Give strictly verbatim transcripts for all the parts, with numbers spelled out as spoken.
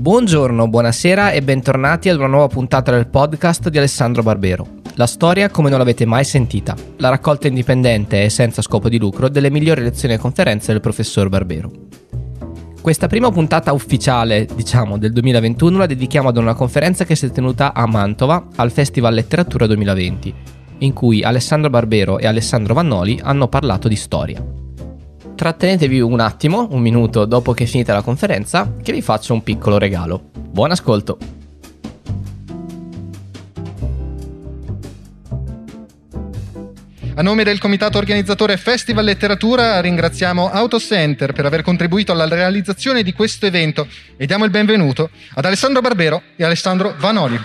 Buongiorno, buonasera e bentornati ad una nuova puntata del podcast di Alessandro Barbero. La storia come non l'avete mai sentita, la raccolta indipendente e senza scopo di lucro delle migliori lezioni e conferenze del professor Barbero. Questa prima puntata ufficiale, diciamo, del duemilaventuno la dedichiamo ad una conferenza che si è tenuta a Mantova al Festival Letteratura duemilaventi, in cui Alessandro Barbero e Alessandro Vannoli hanno parlato di storia. Trattenetevi un attimo, un minuto dopo che è finita la conferenza, che vi faccio un piccolo regalo. Buon ascolto! A nome del comitato organizzatore Festival Letteratura ringraziamo Autocenter per aver contribuito alla realizzazione di questo evento e diamo il benvenuto ad Alessandro Barbero e Alessandro Vannoli.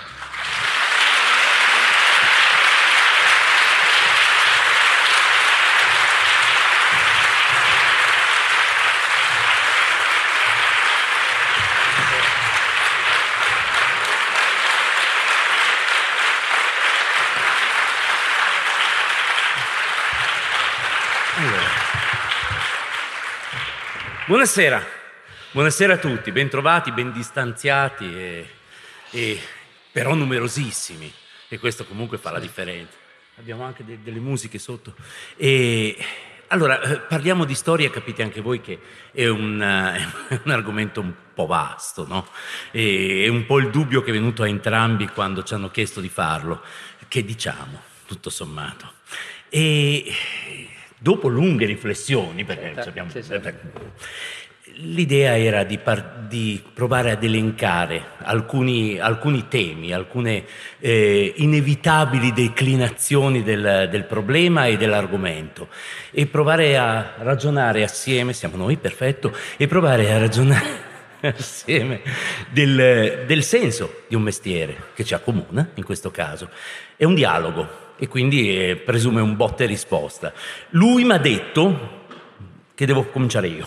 Buonasera, buonasera a tutti, ben trovati, ben distanziati e, e però numerosissimi, e questo comunque fa la differenza. Abbiamo anche de- delle musiche sotto. E allora, eh, parliamo di storia, capite anche voi che è un, uh, è un argomento un po' vasto, no? E, è un po' il dubbio che è venuto a entrambi quando ci hanno chiesto di farlo, che diciamo, tutto sommato. E dopo lunghe riflessioni, perché Certo, abbiamo, sì, sì. l'idea era di, par- di provare ad elencare alcuni, alcuni temi, alcune eh, inevitabili declinazioni del, del problema e dell'argomento, e provare a ragionare assieme, siamo noi, perfetto, e provare a ragionare assieme del, del senso di un mestiere che ci accomuna, in questo caso. È un dialogo. E quindi eh, presume un botta e risposta. Lui mi ha detto che devo cominciare io.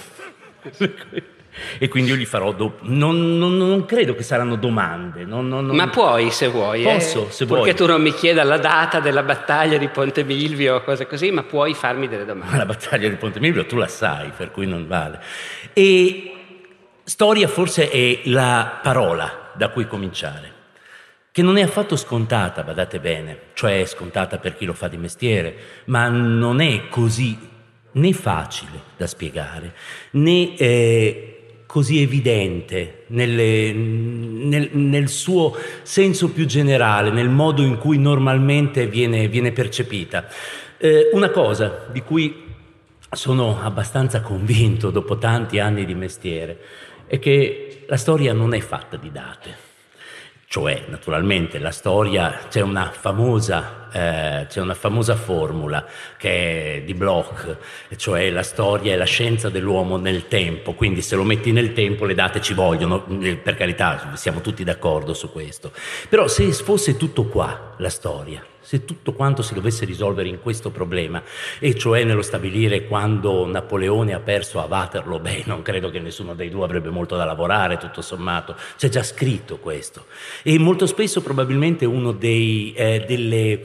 E quindi io gli farò dopo. Non, non, non credo che saranno domande. Non, non, non... Ma puoi, se vuoi. Posso, eh? se Purché vuoi. tu non mi chieda la data della battaglia di Ponte Milvio o cose così, ma puoi farmi delle domande. Ma la battaglia di Ponte Milvio tu la sai, per cui non vale. E storia forse è la parola da cui cominciare, che non è affatto scontata, badate bene, cioè è scontata per chi lo fa di mestiere, ma non è così né facile da spiegare, né eh, così evidente nelle, nel, nel suo senso più generale, nel modo in cui normalmente viene, viene percepita. Eh, una cosa di cui sono abbastanza convinto dopo tanti anni di mestiere è che la storia non è fatta di date. Cioè, naturalmente, la storia, c'è una famosa, eh, c'è una famosa formula che è di Bloch, cioè la storia è la scienza dell'uomo nel tempo, quindi se lo metti nel tempo le date ci vogliono, per carità, siamo tutti d'accordo su questo. Però se fosse tutto qua, la storia, se tutto quanto si dovesse risolvere in questo problema, e cioè nello stabilire quando Napoleone ha perso a Waterloo, beh, non credo che nessuno dei due avrebbe molto da lavorare, tutto sommato, c'è già scritto questo. E molto spesso probabilmente uno dei, eh, delle,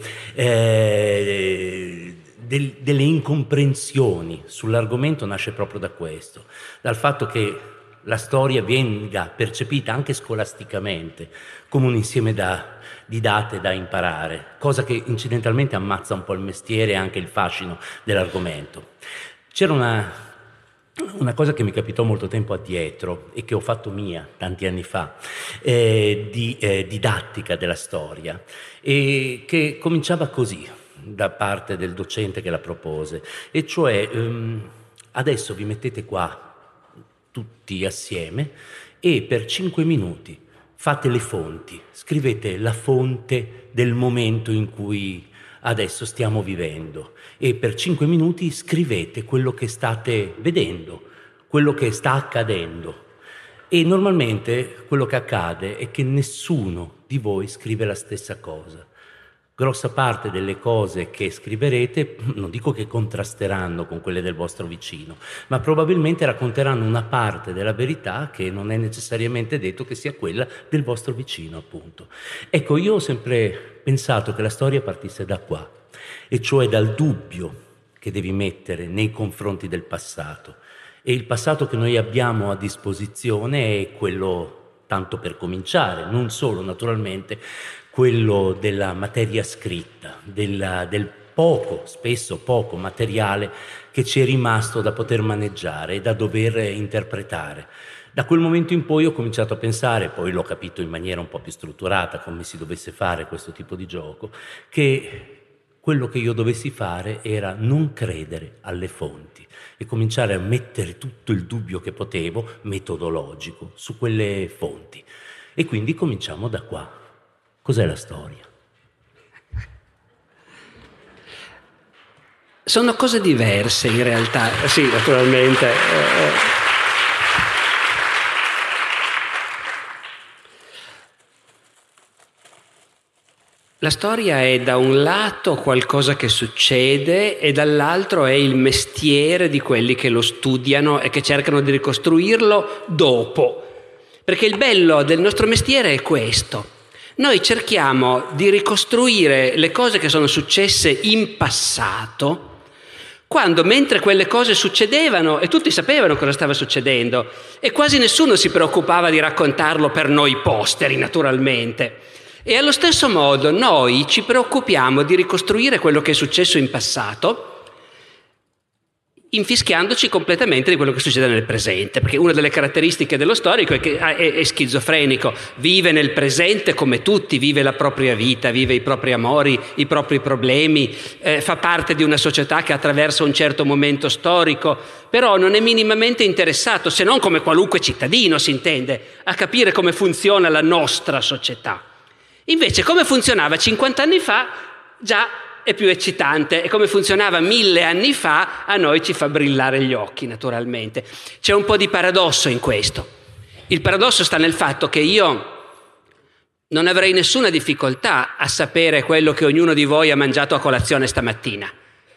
eh, del, delle incomprensioni sull'argomento nasce proprio da questo, dal fatto che la storia venga percepita anche scolasticamente come un insieme da, di date da imparare, cosa che incidentalmente ammazza un po' il mestiere e anche il fascino dell'argomento. C'era una, una cosa che mi capitò molto tempo addietro e che ho fatto mia tanti anni fa, eh, di eh, didattica della storia, e che cominciava così da parte del docente che la propose, e cioè ehm, adesso vi mettete qua tutti assieme e per cinque minuti fate le fonti, scrivete la fonte del momento in cui adesso stiamo vivendo, e per cinque minuti scrivete quello che state vedendo, quello che sta accadendo. E normalmente quello che accade è che nessuno di voi scrive la stessa cosa. Grossa parte delle cose che scriverete, non dico che contrasteranno con quelle del vostro vicino, ma probabilmente racconteranno una parte della verità che non è necessariamente detto che sia quella del vostro vicino, appunto. Ecco, io ho sempre pensato che la storia partisse da qua, e cioè dal dubbio che devi mettere nei confronti del passato. E il passato che noi abbiamo a disposizione è quello tanto per cominciare, non solo naturalmente quello della materia scritta, della, del poco, spesso poco materiale che ci è rimasto da poter maneggiare e da dover interpretare. Da quel momento in poi ho cominciato a pensare, poi l'ho capito in maniera un po' più strutturata come si dovesse fare questo tipo di gioco, che quello che io dovessi fare era non credere alle fonti e cominciare a mettere tutto il dubbio che potevo, metodologico, su quelle fonti. E quindi cominciamo da qua. Cos'è la storia? Sono cose diverse in realtà, sì, naturalmente. Eh, La storia è da un lato qualcosa che succede e dall'altro è il mestiere di quelli che lo studiano e che cercano di ricostruirlo dopo. Perché il bello del nostro mestiere è questo. Noi cerchiamo di ricostruire le cose che sono successe in passato, quando mentre quelle cose succedevano e tutti sapevano cosa stava succedendo e quasi nessuno si preoccupava di raccontarlo per noi posteri, naturalmente. E allo stesso modo noi ci preoccupiamo di ricostruire quello che è successo in passato, infischiandoci completamente di quello che succede nel presente, perché una delle caratteristiche dello storico è che è, è schizofrenico, vive nel presente come tutti, vive la propria vita, vive i propri amori, i propri problemi, eh, fa parte di una società che attraversa un certo momento storico, però non è minimamente interessato, se non come qualunque cittadino si intende, a capire come funziona la nostra società. Invece come funzionava cinquanta anni fa già è più eccitante e come funzionava mille anni fa a noi ci fa brillare gli occhi naturalmente. C'è un po' di paradosso in questo. Il paradosso sta nel fatto che io non avrei nessuna difficoltà a sapere quello che ognuno di voi ha mangiato a colazione stamattina.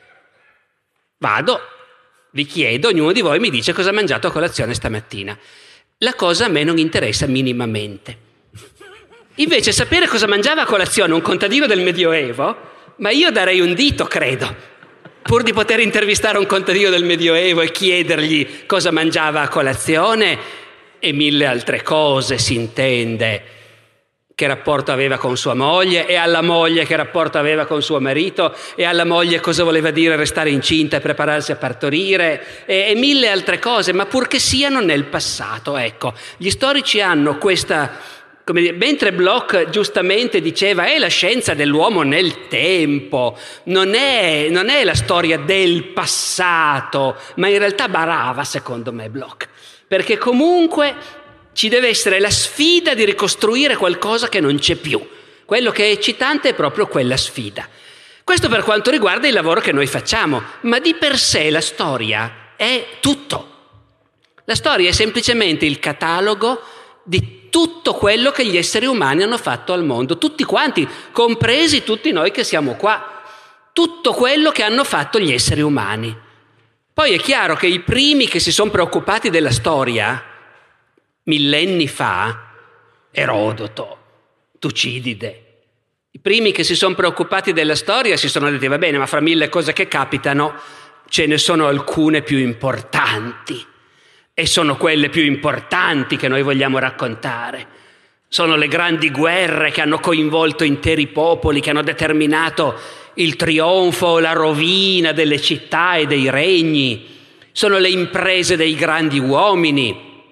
Vado, vi chiedo, ognuno di voi mi dice cosa ha mangiato a colazione stamattina. La cosa a me non interessa minimamente. Invece sapere cosa mangiava a colazione un contadino del Medioevo, ma io darei un dito, credo, pur di poter intervistare un contadino del Medioevo e chiedergli cosa mangiava a colazione e mille altre cose, si intende, che rapporto aveva con sua moglie e alla moglie che rapporto aveva con suo marito e alla moglie cosa voleva dire restare incinta e prepararsi a partorire e, e mille altre cose, ma purché siano nel passato. Ecco, gli storici hanno questa... Come dire, mentre Bloch giustamente diceva è la scienza dell'uomo nel tempo, non è, non è la storia del passato, ma in realtà barava secondo me Bloch, perché comunque ci deve essere la sfida di ricostruire qualcosa che non c'è più. Quello che è eccitante è proprio quella sfida. Questo per quanto riguarda il lavoro che noi facciamo, ma di per sé la storia è tutto. La storia è semplicemente il catalogo di tutto quello che gli esseri umani hanno fatto al mondo, tutti quanti, compresi tutti noi che siamo qua, tutto quello che hanno fatto gli esseri umani. Poi è chiaro che i primi che si sono preoccupati della storia, millenni fa, Erodoto, Tucidide, i primi che si sono preoccupati della storia si sono detti va bene, ma fra mille cose che capitano ce ne sono alcune più importanti. E sono quelle più importanti che noi vogliamo raccontare. Sono le grandi guerre che hanno coinvolto interi popoli, che hanno determinato il trionfo o la rovina delle città e dei regni. Sono le imprese dei grandi uomini.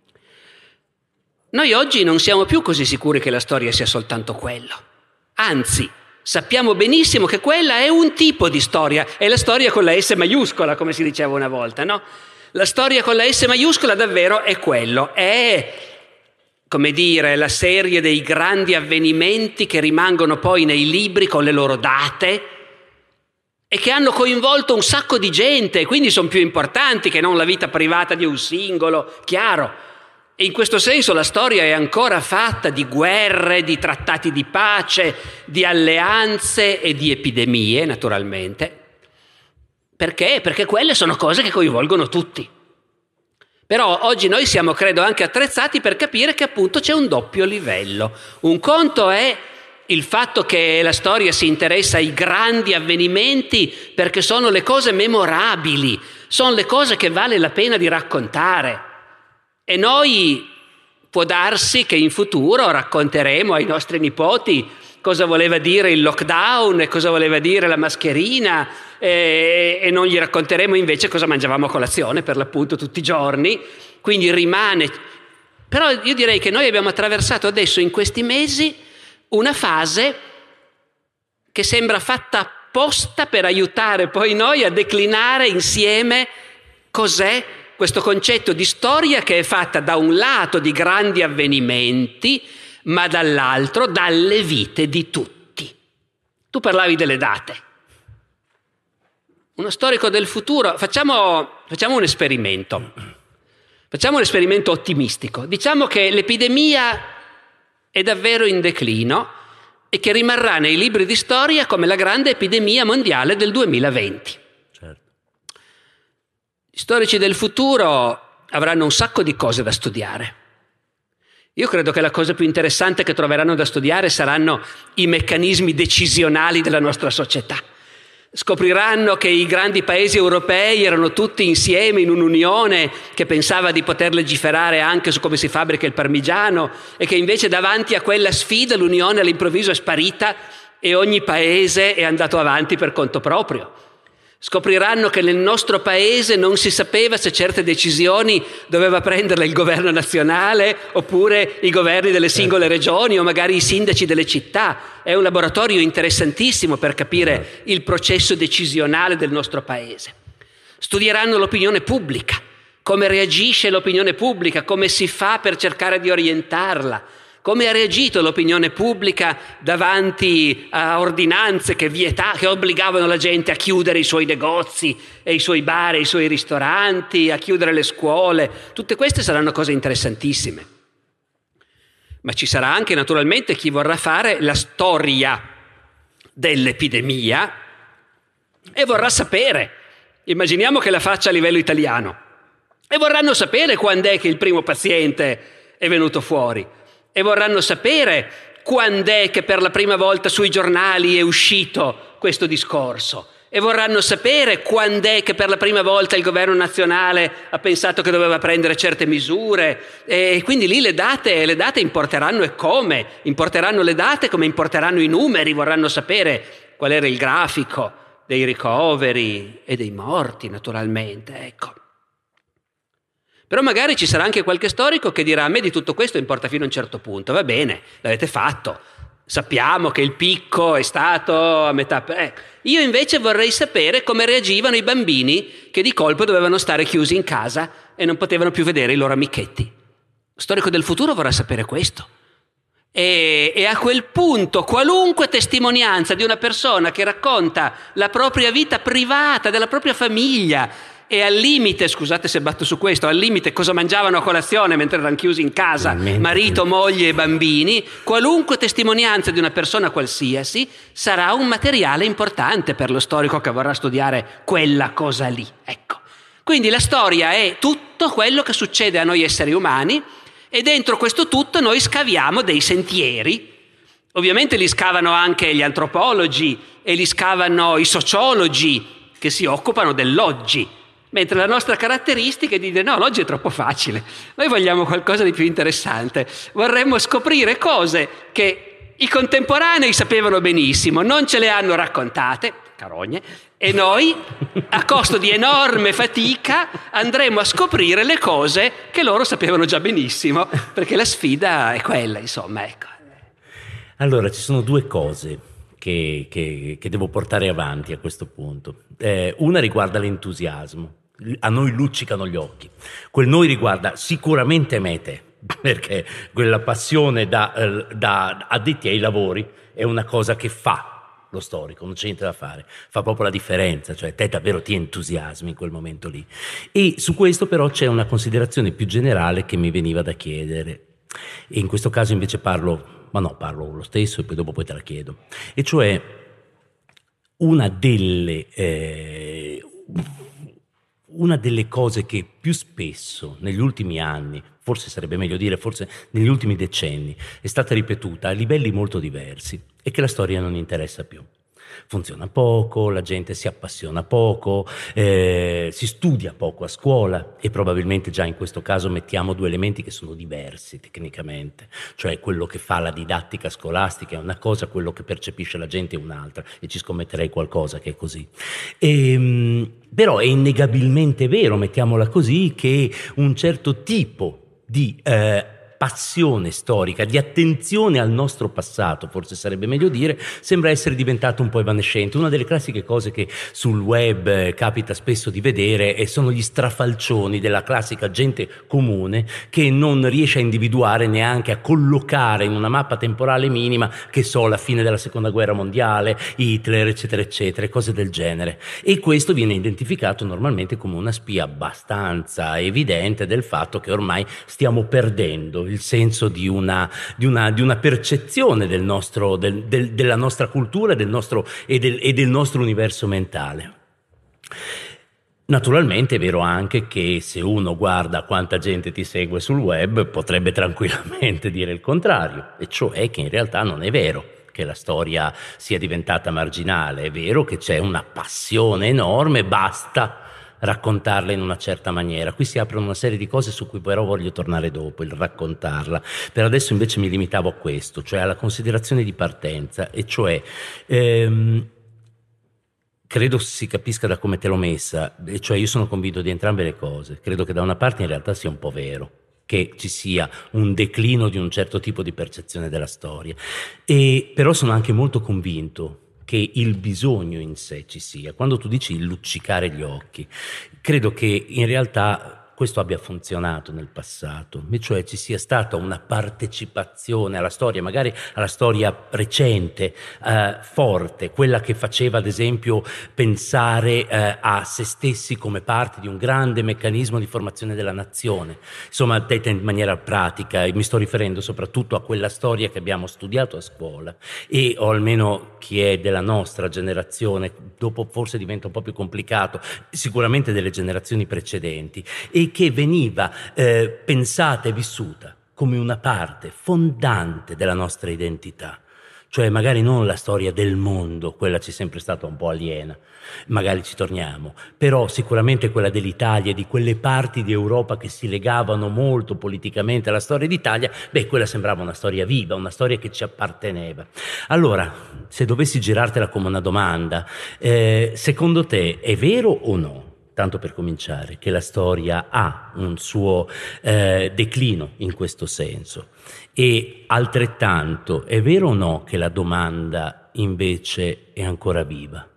Noi oggi non siamo più così sicuri che la storia sia soltanto quello. Anzi, sappiamo benissimo che quella è un tipo di storia, è la storia con la S maiuscola, come si diceva una volta, no? La storia con la S maiuscola davvero è quello, è, come dire, la serie dei grandi avvenimenti che rimangono poi nei libri con le loro date e che hanno coinvolto un sacco di gente e quindi sono più importanti che non la vita privata di un singolo, chiaro. E in questo senso la storia è ancora fatta di guerre, di trattati di pace, di alleanze e di epidemie, naturalmente. Perché? Perché quelle sono cose che coinvolgono tutti. Però oggi noi siamo, credo, anche attrezzati per capire che appunto c'è un doppio livello. Un conto è il fatto che la storia si interessa ai grandi avvenimenti perché sono le cose memorabili, sono le cose che vale la pena di raccontare. E noi può darsi che in futuro racconteremo ai nostri nipoti cosa voleva dire il lockdown e cosa voleva dire la mascherina e, e non gli racconteremo invece cosa mangiavamo a colazione per l'appunto tutti i giorni. Quindi rimane. Però io direi che noi abbiamo attraversato adesso in questi mesi una fase che sembra fatta apposta per aiutare poi noi a declinare insieme cos'è questo concetto di storia, che è fatta da un lato di grandi avvenimenti, ma dall'altro dalle vite di tutti. Tu parlavi delle date. Uno storico del futuro, facciamo, facciamo un esperimento, facciamo un esperimento ottimistico. Diciamo che l'epidemia è davvero in declino e che rimarrà nei libri di storia come la grande epidemia mondiale del duemilaventi. Certo. Gli storici del futuro avranno un sacco di cose da studiare. Io credo che la cosa più interessante che troveranno da studiare saranno i meccanismi decisionali della nostra società. Scopriranno che i grandi paesi europei erano tutti insieme in un'unione che pensava di poter legiferare anche su come si fabbrica il parmigiano e che invece davanti a quella sfida l'unione all'improvviso è sparita e ogni paese è andato avanti per conto proprio. Scopriranno che nel nostro paese non si sapeva se certe decisioni doveva prenderle il governo nazionale oppure i governi delle singole regioni o magari i sindaci delle città. È un laboratorio interessantissimo per capire il processo decisionale del nostro paese. Studieranno l'opinione pubblica, come reagisce l'opinione pubblica, come si fa per cercare di orientarla. Come ha reagito l'opinione pubblica davanti a ordinanze che, vieta, che obbligavano la gente a chiudere i suoi negozi e i suoi bar e i suoi ristoranti, a chiudere le scuole. Tutte queste saranno cose interessantissime. Ma ci sarà anche naturalmente chi vorrà fare la storia dell'epidemia e vorrà sapere, immaginiamo che la faccia a livello italiano, e vorranno sapere quando è che il primo paziente è venuto fuori. E vorranno sapere quando è che per la prima volta sui giornali è uscito questo discorso. E vorranno sapere quando è che per la prima volta il governo nazionale ha pensato che doveva prendere certe misure. E quindi lì le date, le date importeranno e come. Importeranno le date come importeranno i numeri. Vorranno sapere qual era il grafico dei ricoveri e dei morti, naturalmente. Ecco. Però magari ci sarà anche qualche storico che dirà: a me di tutto questo importa fino a un certo punto. Va bene, l'avete fatto, sappiamo che il picco è stato a metà. Eh, io invece vorrei sapere come reagivano i bambini che di colpo dovevano stare chiusi in casa e non potevano più vedere i loro amichetti. Lo storico del futuro vorrà sapere questo. E, e a quel punto qualunque testimonianza di una persona che racconta la propria vita privata, della propria famiglia, e al limite, scusate se batto su questo, al limite cosa mangiavano a colazione mentre erano chiusi in casa, marito, moglie e bambini, qualunque testimonianza di una persona qualsiasi sarà un materiale importante per lo storico che vorrà studiare quella cosa lì. Ecco. Quindi la storia è tutto quello che succede a noi esseri umani e dentro questo tutto noi scaviamo dei sentieri. Ovviamente li scavano anche gli antropologi e li scavano i sociologi che si occupano dell'oggi. Mentre la nostra caratteristica è di dire: no, l'oggi è troppo facile, noi vogliamo qualcosa di più interessante, vorremmo scoprire cose che i contemporanei sapevano benissimo, non ce le hanno raccontate, carogne, e noi a costo di enorme fatica andremo a scoprire le cose che loro sapevano già benissimo, perché la sfida è quella, insomma, ecco. Allora, ci sono due cose che, che, che devo portare avanti a questo punto. Eh, una riguarda l'entusiasmo. A noi luccicano gli occhi. Quel noi riguarda sicuramente me e te, perché quella passione da, eh, da addetti ai lavori è una cosa che fa lo storico, non c'è niente da fare, fa proprio la differenza, cioè te davvero ti entusiasmi in quel momento lì. E su questo però c'è una considerazione più generale che mi veniva da chiedere, e in questo caso invece parlo, ma no, parlo lo stesso e poi dopo poi te la chiedo, e cioè una delle... Eh, Una delle cose che più spesso negli ultimi anni, forse sarebbe meglio dire forse negli ultimi decenni, è stata ripetuta a livelli molto diversi, è che la storia non interessa più. Funziona poco, la gente si appassiona poco, eh, si studia poco a scuola e probabilmente già in questo caso mettiamo due elementi che sono diversi tecnicamente, cioè quello che fa la didattica scolastica è una cosa, quello che percepisce la gente è un'altra, e ci scommetterei qualcosa che è così. E, però è innegabilmente vero, mettiamola così, che un certo tipo di eh, passione storica, di attenzione al nostro passato, forse sarebbe meglio dire, sembra essere diventato un po' evanescente. Una delle classiche cose che sul web eh, capita spesso di vedere e sono gli strafalcioni della classica gente comune che non riesce a individuare, neanche a collocare in una mappa temporale minima, che so, la fine della seconda guerra mondiale, Hitler, eccetera eccetera, cose del genere. E questo viene identificato normalmente come una spia abbastanza evidente del fatto che ormai stiamo perdendo il senso di una, di una, di una percezione del nostro, del, del, della nostra cultura del nostro, e, del, e del nostro universo mentale. Naturalmente è vero anche che se uno guarda quanta gente ti segue sul web potrebbe tranquillamente dire il contrario, e cioè che in realtà non è vero che la storia sia diventata marginale, è vero che c'è una passione enorme, basta raccontarla in una certa maniera. Qui si aprono una serie di cose su cui però voglio tornare dopo, il raccontarla. Per adesso invece mi limitavo a questo, cioè alla considerazione di partenza, e cioè ehm, credo si capisca da come te l'ho messa, e cioè io sono convinto di entrambe le cose. Credo che da una parte in realtà sia un po' vero che ci sia un declino di un certo tipo di percezione della storia, e però sono anche molto convinto che il bisogno in sé ci sia. Quando tu dici luccicare gli occhi, credo che in realtà questo abbia funzionato nel passato, e cioè ci sia stata una partecipazione alla storia, magari alla storia recente, eh, forte, quella che faceva ad esempio pensare eh, a se stessi come parte di un grande meccanismo di formazione della nazione. Insomma, detta in maniera pratica, e mi sto riferendo soprattutto a quella storia che abbiamo studiato a scuola, e o almeno chi è della nostra generazione, dopo forse diventa un po' più complicato, sicuramente delle generazioni precedenti, e che veniva eh, pensata e vissuta come una parte fondante della nostra identità. Cioè magari non la storia del mondo, quella ci è sempre stata un po' aliena, magari ci torniamo, però sicuramente quella dell'Italia, di quelle parti di Europa che si legavano molto politicamente alla storia d'Italia, beh, quella sembrava una storia viva, una storia che ci apparteneva. Allora, se dovessi girartela come una domanda, eh, secondo te è vero o no, tanto per cominciare, che la storia ha un suo eh, declino in questo senso? E altrettanto, è vero o no che la domanda invece è ancora viva?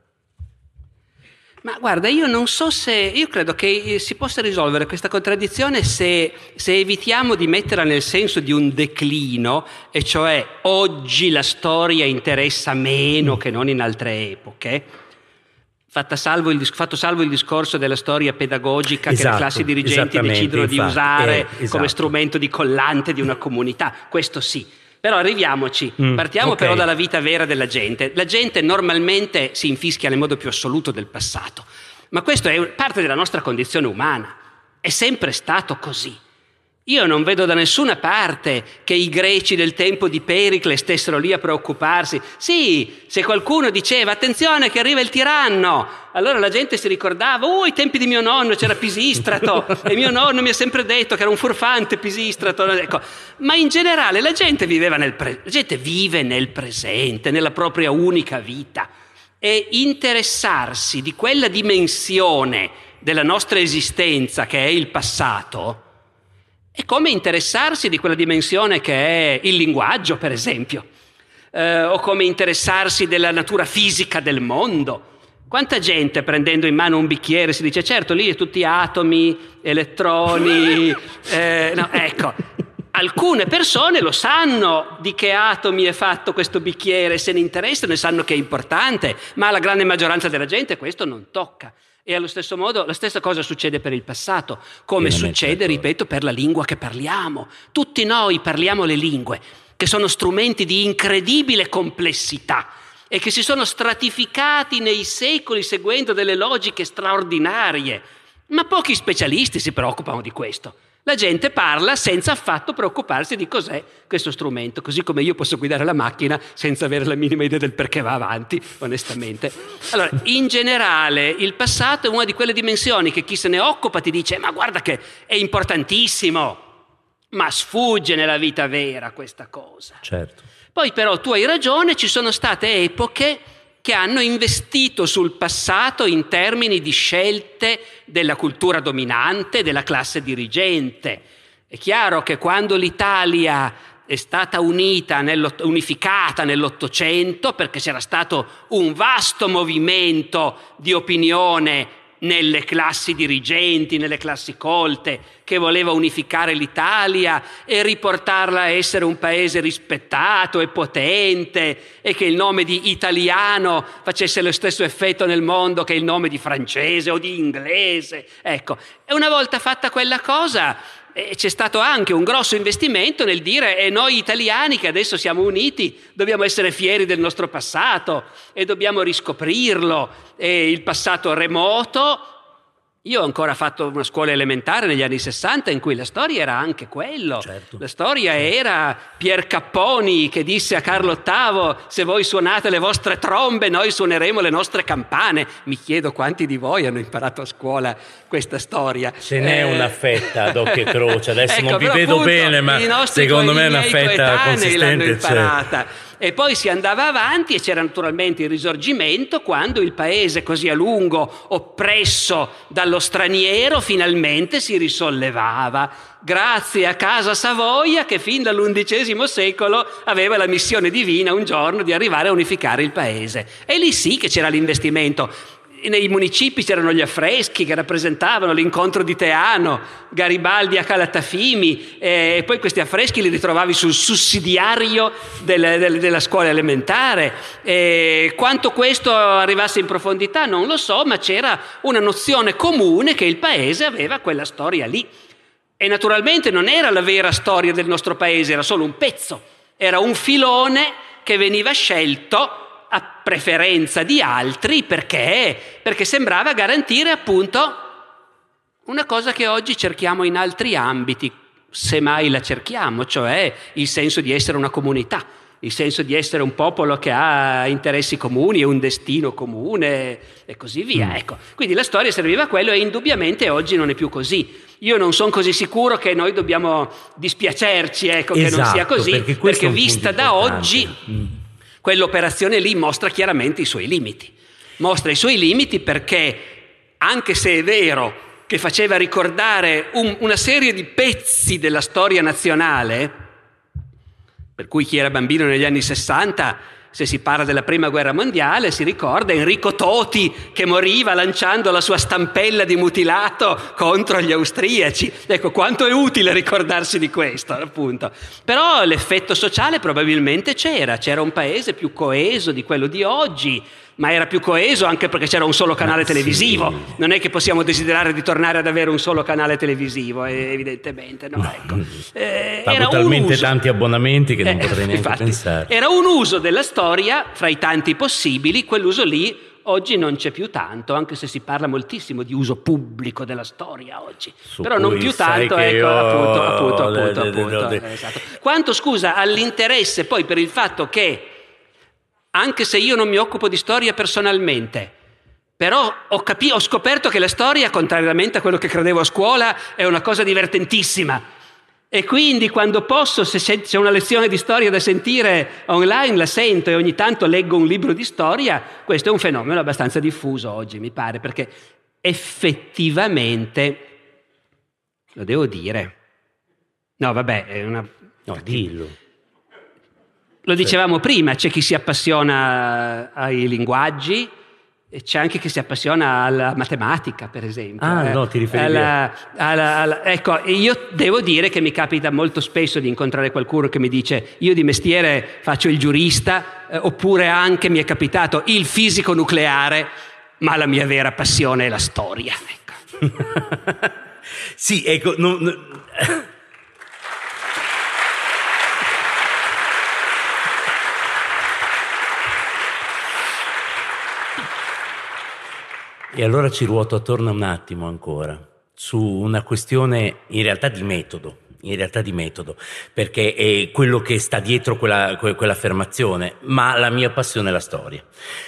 Ma guarda, io non so se, io credo che si possa risolvere questa contraddizione se, se evitiamo di metterla nel senso di un declino, e cioè oggi la storia interessa meno che non in altre epoche. Fatta salvo il, fatto salvo il discorso della storia pedagogica, esatto, che le classi dirigenti decidono di infatti, usare eh, esatto. come strumento di collante di una comunità, questo sì. Però arriviamoci, mm, partiamo okay. però dalla vita vera della gente. La gente normalmente si infischia nel modo più assoluto del passato, ma questo è parte della nostra condizione umana, è sempre stato così. Io non vedo da nessuna parte che i greci del tempo di Pericle stessero lì a preoccuparsi. Sì, se qualcuno diceva attenzione che arriva il tiranno, allora la gente si ricordava, oh, ai tempi di mio nonno c'era Pisistrato e mio nonno mi ha sempre detto che era un furfante Pisistrato. Ecco. Ma in generale la gente viveva nel pre- la gente vive nel presente, nella propria unica vita, e interessarsi di quella dimensione della nostra esistenza che è il passato è come interessarsi di quella dimensione che è il linguaggio, per esempio, eh, o come interessarsi della natura fisica del mondo. Quanta gente prendendo in mano un bicchiere si dice certo lì è tutti atomi, elettroni, eh, no, ecco. Alcune persone lo sanno di che atomi è fatto questo bicchiere, se ne interessano e sanno che è importante, ma alla grande maggioranza della gente questo non tocca. E allo stesso modo la stessa cosa succede per il passato, come succede, ripeto, per la lingua che parliamo. Tutti noi parliamo le lingue, che sono strumenti di incredibile complessità e che si sono stratificati nei secoli seguendo delle logiche straordinarie. Ma pochi specialisti si preoccupano di questo. La gente parla senza affatto preoccuparsi di cos'è questo strumento, così come io posso guidare la macchina senza avere la minima idea del perché va avanti, onestamente. Allora, in generale, il passato è una di quelle dimensioni che chi se ne occupa ti dice ma guarda che è importantissimo, ma sfugge nella vita vera questa cosa. Certo. Poi però tu hai ragione, ci sono state epoche che hanno investito sul passato in termini di scelte della cultura dominante, della classe dirigente. È chiaro che quando l'Italia è stata unita, unificata nell'Ottocento, perché c'era stato un vasto movimento di opinione nelle classi dirigenti, nelle classi colte, che voleva unificare l'Italia e riportarla a essere un paese rispettato e potente e che il nome di italiano facesse lo stesso effetto nel mondo che il nome di francese o di inglese. Ecco, e una volta fatta quella cosa eh, c'è stato anche un grosso investimento nel dire e noi italiani che adesso siamo uniti dobbiamo essere fieri del nostro passato e dobbiamo riscoprirlo, e il passato remoto. Io ho ancora fatto una scuola elementare negli anni sessanta in cui la storia era anche quello. Certo. La storia era Pier Capponi che disse a Carlo ottavo: se voi suonate le vostre trombe noi suoneremo le nostre campane. Mi chiedo quanti di voi hanno imparato a scuola questa storia. Ce n'è eh... una fetta ad occhio e croce, adesso ecco, non vi però, vedo appunto, bene, ma secondo me è una fetta consistente. L'hanno imparata. E poi si andava avanti e c'era naturalmente il Risorgimento, quando il paese così a lungo oppresso dallo straniero finalmente si risollevava, grazie a Casa Savoia che fin dall'undicesimo secolo aveva la missione divina un giorno di arrivare a unificare il paese. E lì sì che c'era l'investimento. Nei municipi c'erano gli affreschi che rappresentavano l'incontro di Teano, Garibaldi a Calatafimi, eh, e poi questi affreschi li ritrovavi sul sussidiario del, del, della scuola elementare. Eh, quanto questo arrivasse in profondità non lo so, ma c'era una nozione comune che il paese aveva quella storia lì. E naturalmente non era la vera storia del nostro paese, era solo un pezzo, era un filone che veniva scelto a preferenza di altri perché? Perché sembrava garantire appunto una cosa che oggi cerchiamo in altri ambiti, se mai la cerchiamo, cioè il senso di essere una comunità, il senso di essere un popolo che ha interessi comuni e un destino comune e così via. Mm. Ecco, quindi la storia serviva a quello e indubbiamente oggi non è più così. Io non sono così sicuro che noi dobbiamo dispiacerci, ecco, esatto, che non sia così, perché, perché vista da oggi mm. quell'operazione lì mostra chiaramente i suoi limiti. Mostra i suoi limiti perché, anche se è vero che faceva ricordare un, una serie di pezzi della storia nazionale, per cui chi era bambino negli anni sessanta, se si parla della prima guerra mondiale, si ricorda Enrico Toti che moriva lanciando la sua stampella di mutilato contro gli austriaci. Ecco, quanto è utile ricordarsi di questo, appunto. Però l'effetto sociale probabilmente c'era, c'era un paese più coeso di quello di oggi, ma era più coeso anche perché c'era un solo canale televisivo. Sì. Non è che possiamo desiderare di tornare ad avere un solo canale televisivo, evidentemente, no? Ecco. Eh, Pago talmente tanti abbonamenti che non eh, potrei neanche infatti, pensare. Era un uso della storia, fra i tanti possibili, quell'uso lì oggi non c'è più tanto, anche se si parla moltissimo di uso pubblico della storia oggi. Su però non più tanto, ecco, io... appunto, appunto, appunto, appunto. De, de, de. Esatto. Quanto, scusa, all'interesse poi per il fatto che anche se io non mi occupo di storia personalmente, però ho, capi- ho scoperto che la storia, contrariamente a quello che credevo a scuola, è una cosa divertentissima. E quindi quando posso, se c'è una lezione di storia da sentire online, la sento e ogni tanto leggo un libro di storia. Questo è un fenomeno abbastanza diffuso oggi, mi pare, perché effettivamente, lo devo dire, no vabbè, è una... No, dillo. Lo dicevamo prima, c'è chi si appassiona ai linguaggi e c'è anche chi si appassiona alla matematica, per esempio. Ah, eh, no, ti riferivi alla, alla, alla, ecco, io devo dire che mi capita molto spesso di incontrare qualcuno che mi dice io di mestiere faccio il giurista, eh, oppure anche mi è capitato il fisico nucleare, ma la mia vera passione è la storia. Ecco. Sì, ecco... Non, non... E allora ci ruoto attorno un attimo ancora. su una questione in realtà di metodo, in realtà di metodo, perché è quello che sta dietro quella, quell'affermazione, ma la mia passione è la storia.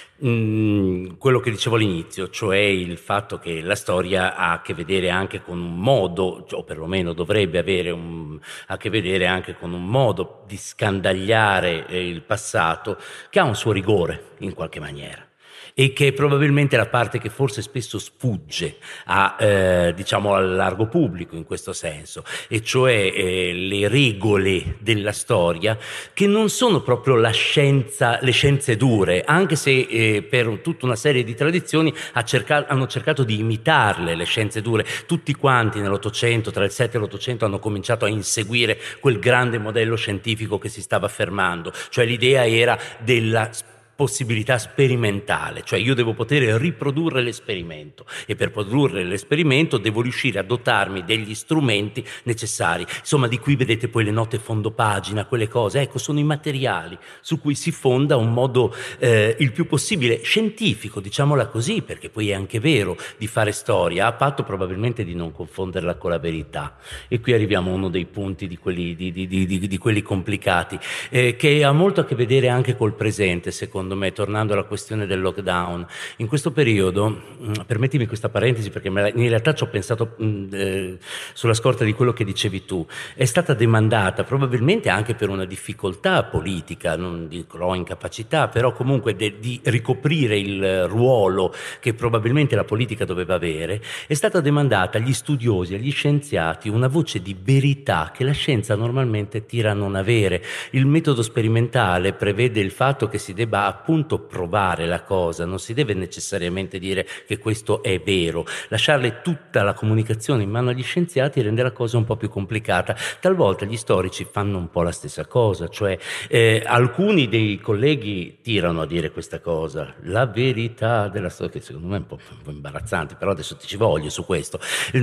Mm, quello che dicevo all'inizio, cioè il fatto che la storia ha a che vedere anche con un modo, o perlomeno dovrebbe avere un, a che vedere anche con un modo di scandagliare eh, il passato che ha un suo rigore in qualche maniera, e che è probabilmente la parte che forse spesso sfugge a, eh, diciamo al largo pubblico in questo senso, e cioè eh, le regole della storia, che non sono proprio la scienza, le scienze dure, anche se eh, per tutta una serie di tradizioni ha cercato, hanno cercato di imitarle le scienze dure. Tutti quanti nell'Ottocento, tra il sette e l'Ottocento, hanno cominciato a inseguire quel grande modello scientifico che si stava affermando, cioè l'idea era della possibilità sperimentale, cioè io devo poter riprodurre l'esperimento, e per produrre l'esperimento devo riuscire a dotarmi degli strumenti necessari. Insomma, di qui vedete poi le note fondopagina, quelle cose, ecco, sono i materiali su cui si fonda un modo eh, il più possibile scientifico, diciamola così, perché poi è anche vero, di fare storia, a patto probabilmente di non confonderla con la verità. E qui arriviamo a uno dei punti di quelli, di, di, di, di, di quelli complicati, eh, che ha molto a che vedere anche col presente, secondo me, tornando alla questione del lockdown. In questo periodo, mh, permettimi questa parentesi perché me la, in realtà ci ho pensato mh, eh, sulla scorta di quello che dicevi tu, è stata demandata probabilmente anche per una difficoltà politica, non dico incapacità, però comunque de, di ricoprire il ruolo che probabilmente la politica doveva avere, è stata demandata agli studiosi, agli scienziati, una voce di verità che la scienza normalmente tira a non avere. Il metodo sperimentale prevede il fatto che si debba appunto provare la cosa, non si deve necessariamente dire che questo è vero. Lasciarle tutta la comunicazione in mano agli scienziati rende la cosa un po' più complicata. Talvolta gli storici fanno un po' la stessa cosa, cioè eh, alcuni dei colleghi tirano a dire questa cosa, la verità della storia, che secondo me è un po', un po' imbarazzante, però adesso ti ci voglio su questo.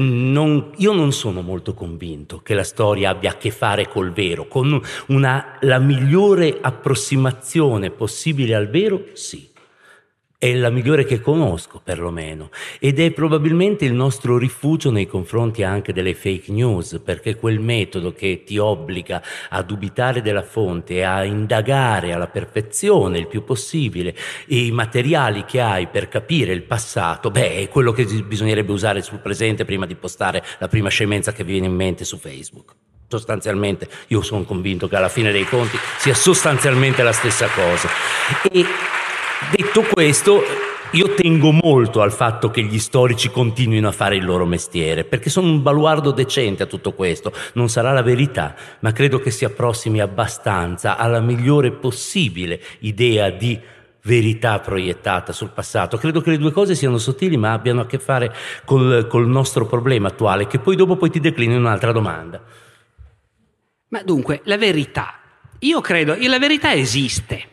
Non, io non sono molto convinto che la storia abbia a che fare col vero, con una, la migliore approssimazione possibile al vero, sì. È la migliore che conosco, perlomeno, ed è probabilmente il nostro rifugio nei confronti anche delle fake news, perché quel metodo che ti obbliga a dubitare della fonte e a indagare alla perfezione il più possibile i materiali che hai per capire il passato, beh, è quello che bisognerebbe usare sul presente prima di postare la prima scemenza che viene in mente su Facebook. Sostanzialmente, io sono convinto che alla fine dei conti sia sostanzialmente la stessa cosa. E detto questo, io tengo molto al fatto che gli storici continuino a fare il loro mestiere, perché sono un baluardo decente a tutto questo. Non sarà la verità, ma credo che si approssimi abbastanza alla migliore possibile idea di verità proiettata sul passato. Credo che le due cose siano sottili, ma abbiano a che fare col, col nostro problema attuale, che poi dopo poi ti declino in un'altra domanda. Ma dunque, la verità. Io credo che la verità esiste,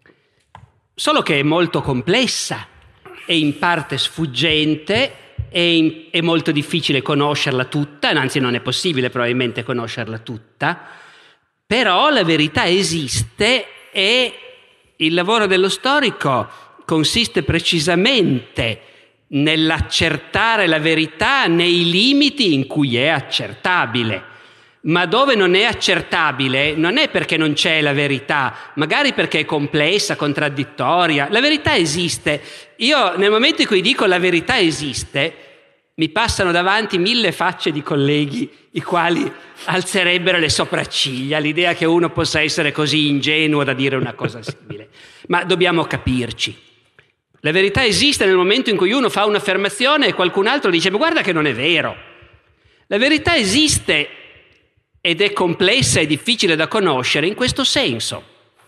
solo che è molto complessa, è in parte sfuggente, è, in, è molto difficile conoscerla tutta, anzi non è possibile probabilmente conoscerla tutta, però la verità esiste e il lavoro dello storico consiste precisamente nell'accertare la verità nei limiti in cui è accertabile. Ma dove non è accertabile non è perché non c'è la verità, magari perché è complessa, contraddittoria. La verità esiste. Io nel momento in cui dico la verità esiste, mi passano davanti mille facce di colleghi i quali alzerebbero le sopracciglia all'idea che uno possa essere così ingenuo da dire una cosa simile. Ma dobbiamo capirci. La verità esiste nel momento in cui uno fa un'affermazione e qualcun altro dice ma guarda che non è vero. La verità esiste ed è complessa e difficile da conoscere in questo senso,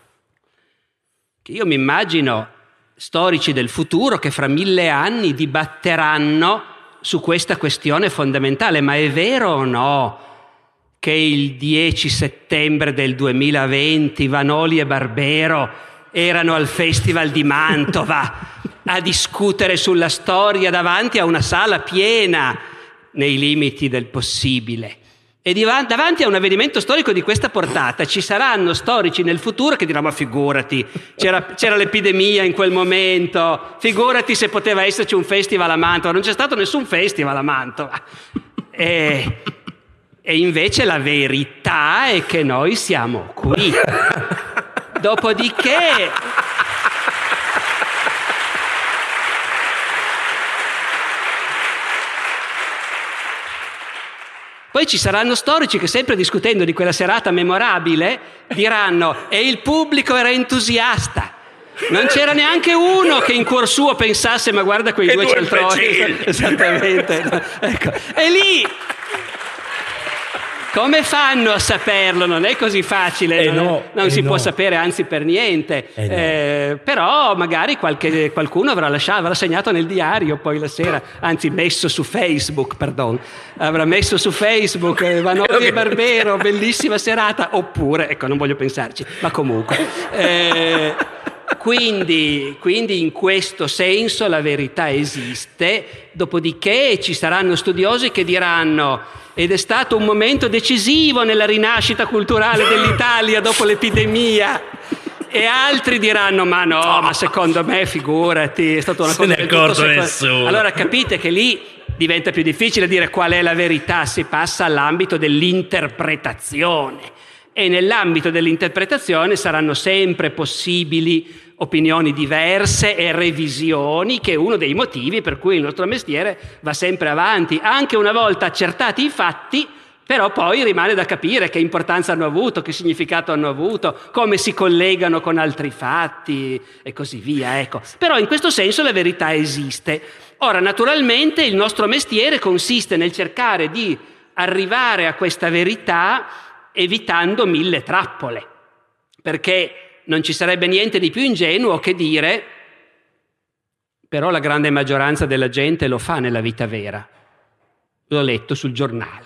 che io mi immagino storici del futuro che fra mille anni dibatteranno su questa questione fondamentale. Ma è vero o no che il dieci settembre del duemilaventi Vanoli e Barbero erano al Festival di Mantova a discutere sulla storia davanti a una sala piena nei limiti del possibile? E davanti a un avvenimento storico di questa portata ci saranno storici nel futuro che diranno ma figurati, c'era, c'era l'epidemia in quel momento, figurati se poteva esserci un festival a Mantova, non c'è stato nessun festival a Mantova. E, e invece la verità è che noi siamo qui. Dopodiché... Poi ci saranno storici che, sempre discutendo di quella serata memorabile, diranno: e il pubblico era entusiasta. Non c'era neanche uno che in cuor suo pensasse: ma guarda quei due, due cialtroni. Esattamente. Ecco. E lì come fanno a saperlo? Non è così facile, eh non, no, non eh si no. può sapere, anzi per niente. Eh no. eh, però magari qualche, qualcuno avrà, lasciato, avrà segnato nel diario poi la sera, anzi messo su Facebook, pardon, avrà messo su Facebook eh, Vanoli e Barbero, bellissima serata, oppure, ecco, non voglio pensarci, ma comunque. Eh, Quindi, quindi in questo senso la verità esiste, dopodiché ci saranno studiosi che diranno: ed è stato un momento decisivo nella rinascita culturale dell'Italia dopo l'epidemia, e altri diranno: ma no, ma secondo me figurati, è stata una Se cosa ne è accorto seco- nessuno. Allora capite che lì diventa più difficile dire qual è la verità, si passa all'ambito dell'interpretazione. E nell'ambito dell'interpretazione saranno sempre possibili opinioni diverse e revisioni, che è uno dei motivi per cui il nostro mestiere va sempre avanti. Anche una volta accertati i fatti, però poi rimane da capire che importanza hanno avuto, che significato hanno avuto, come si collegano con altri fatti e così via. Ecco. Però in questo senso la verità esiste. Ora, naturalmente il nostro mestiere consiste nel cercare di arrivare a questa verità evitando mille trappole, perché non ci sarebbe niente di più ingenuo che dire: però la grande maggioranza della gente lo fa nella vita vera, l'ho letto sul giornale,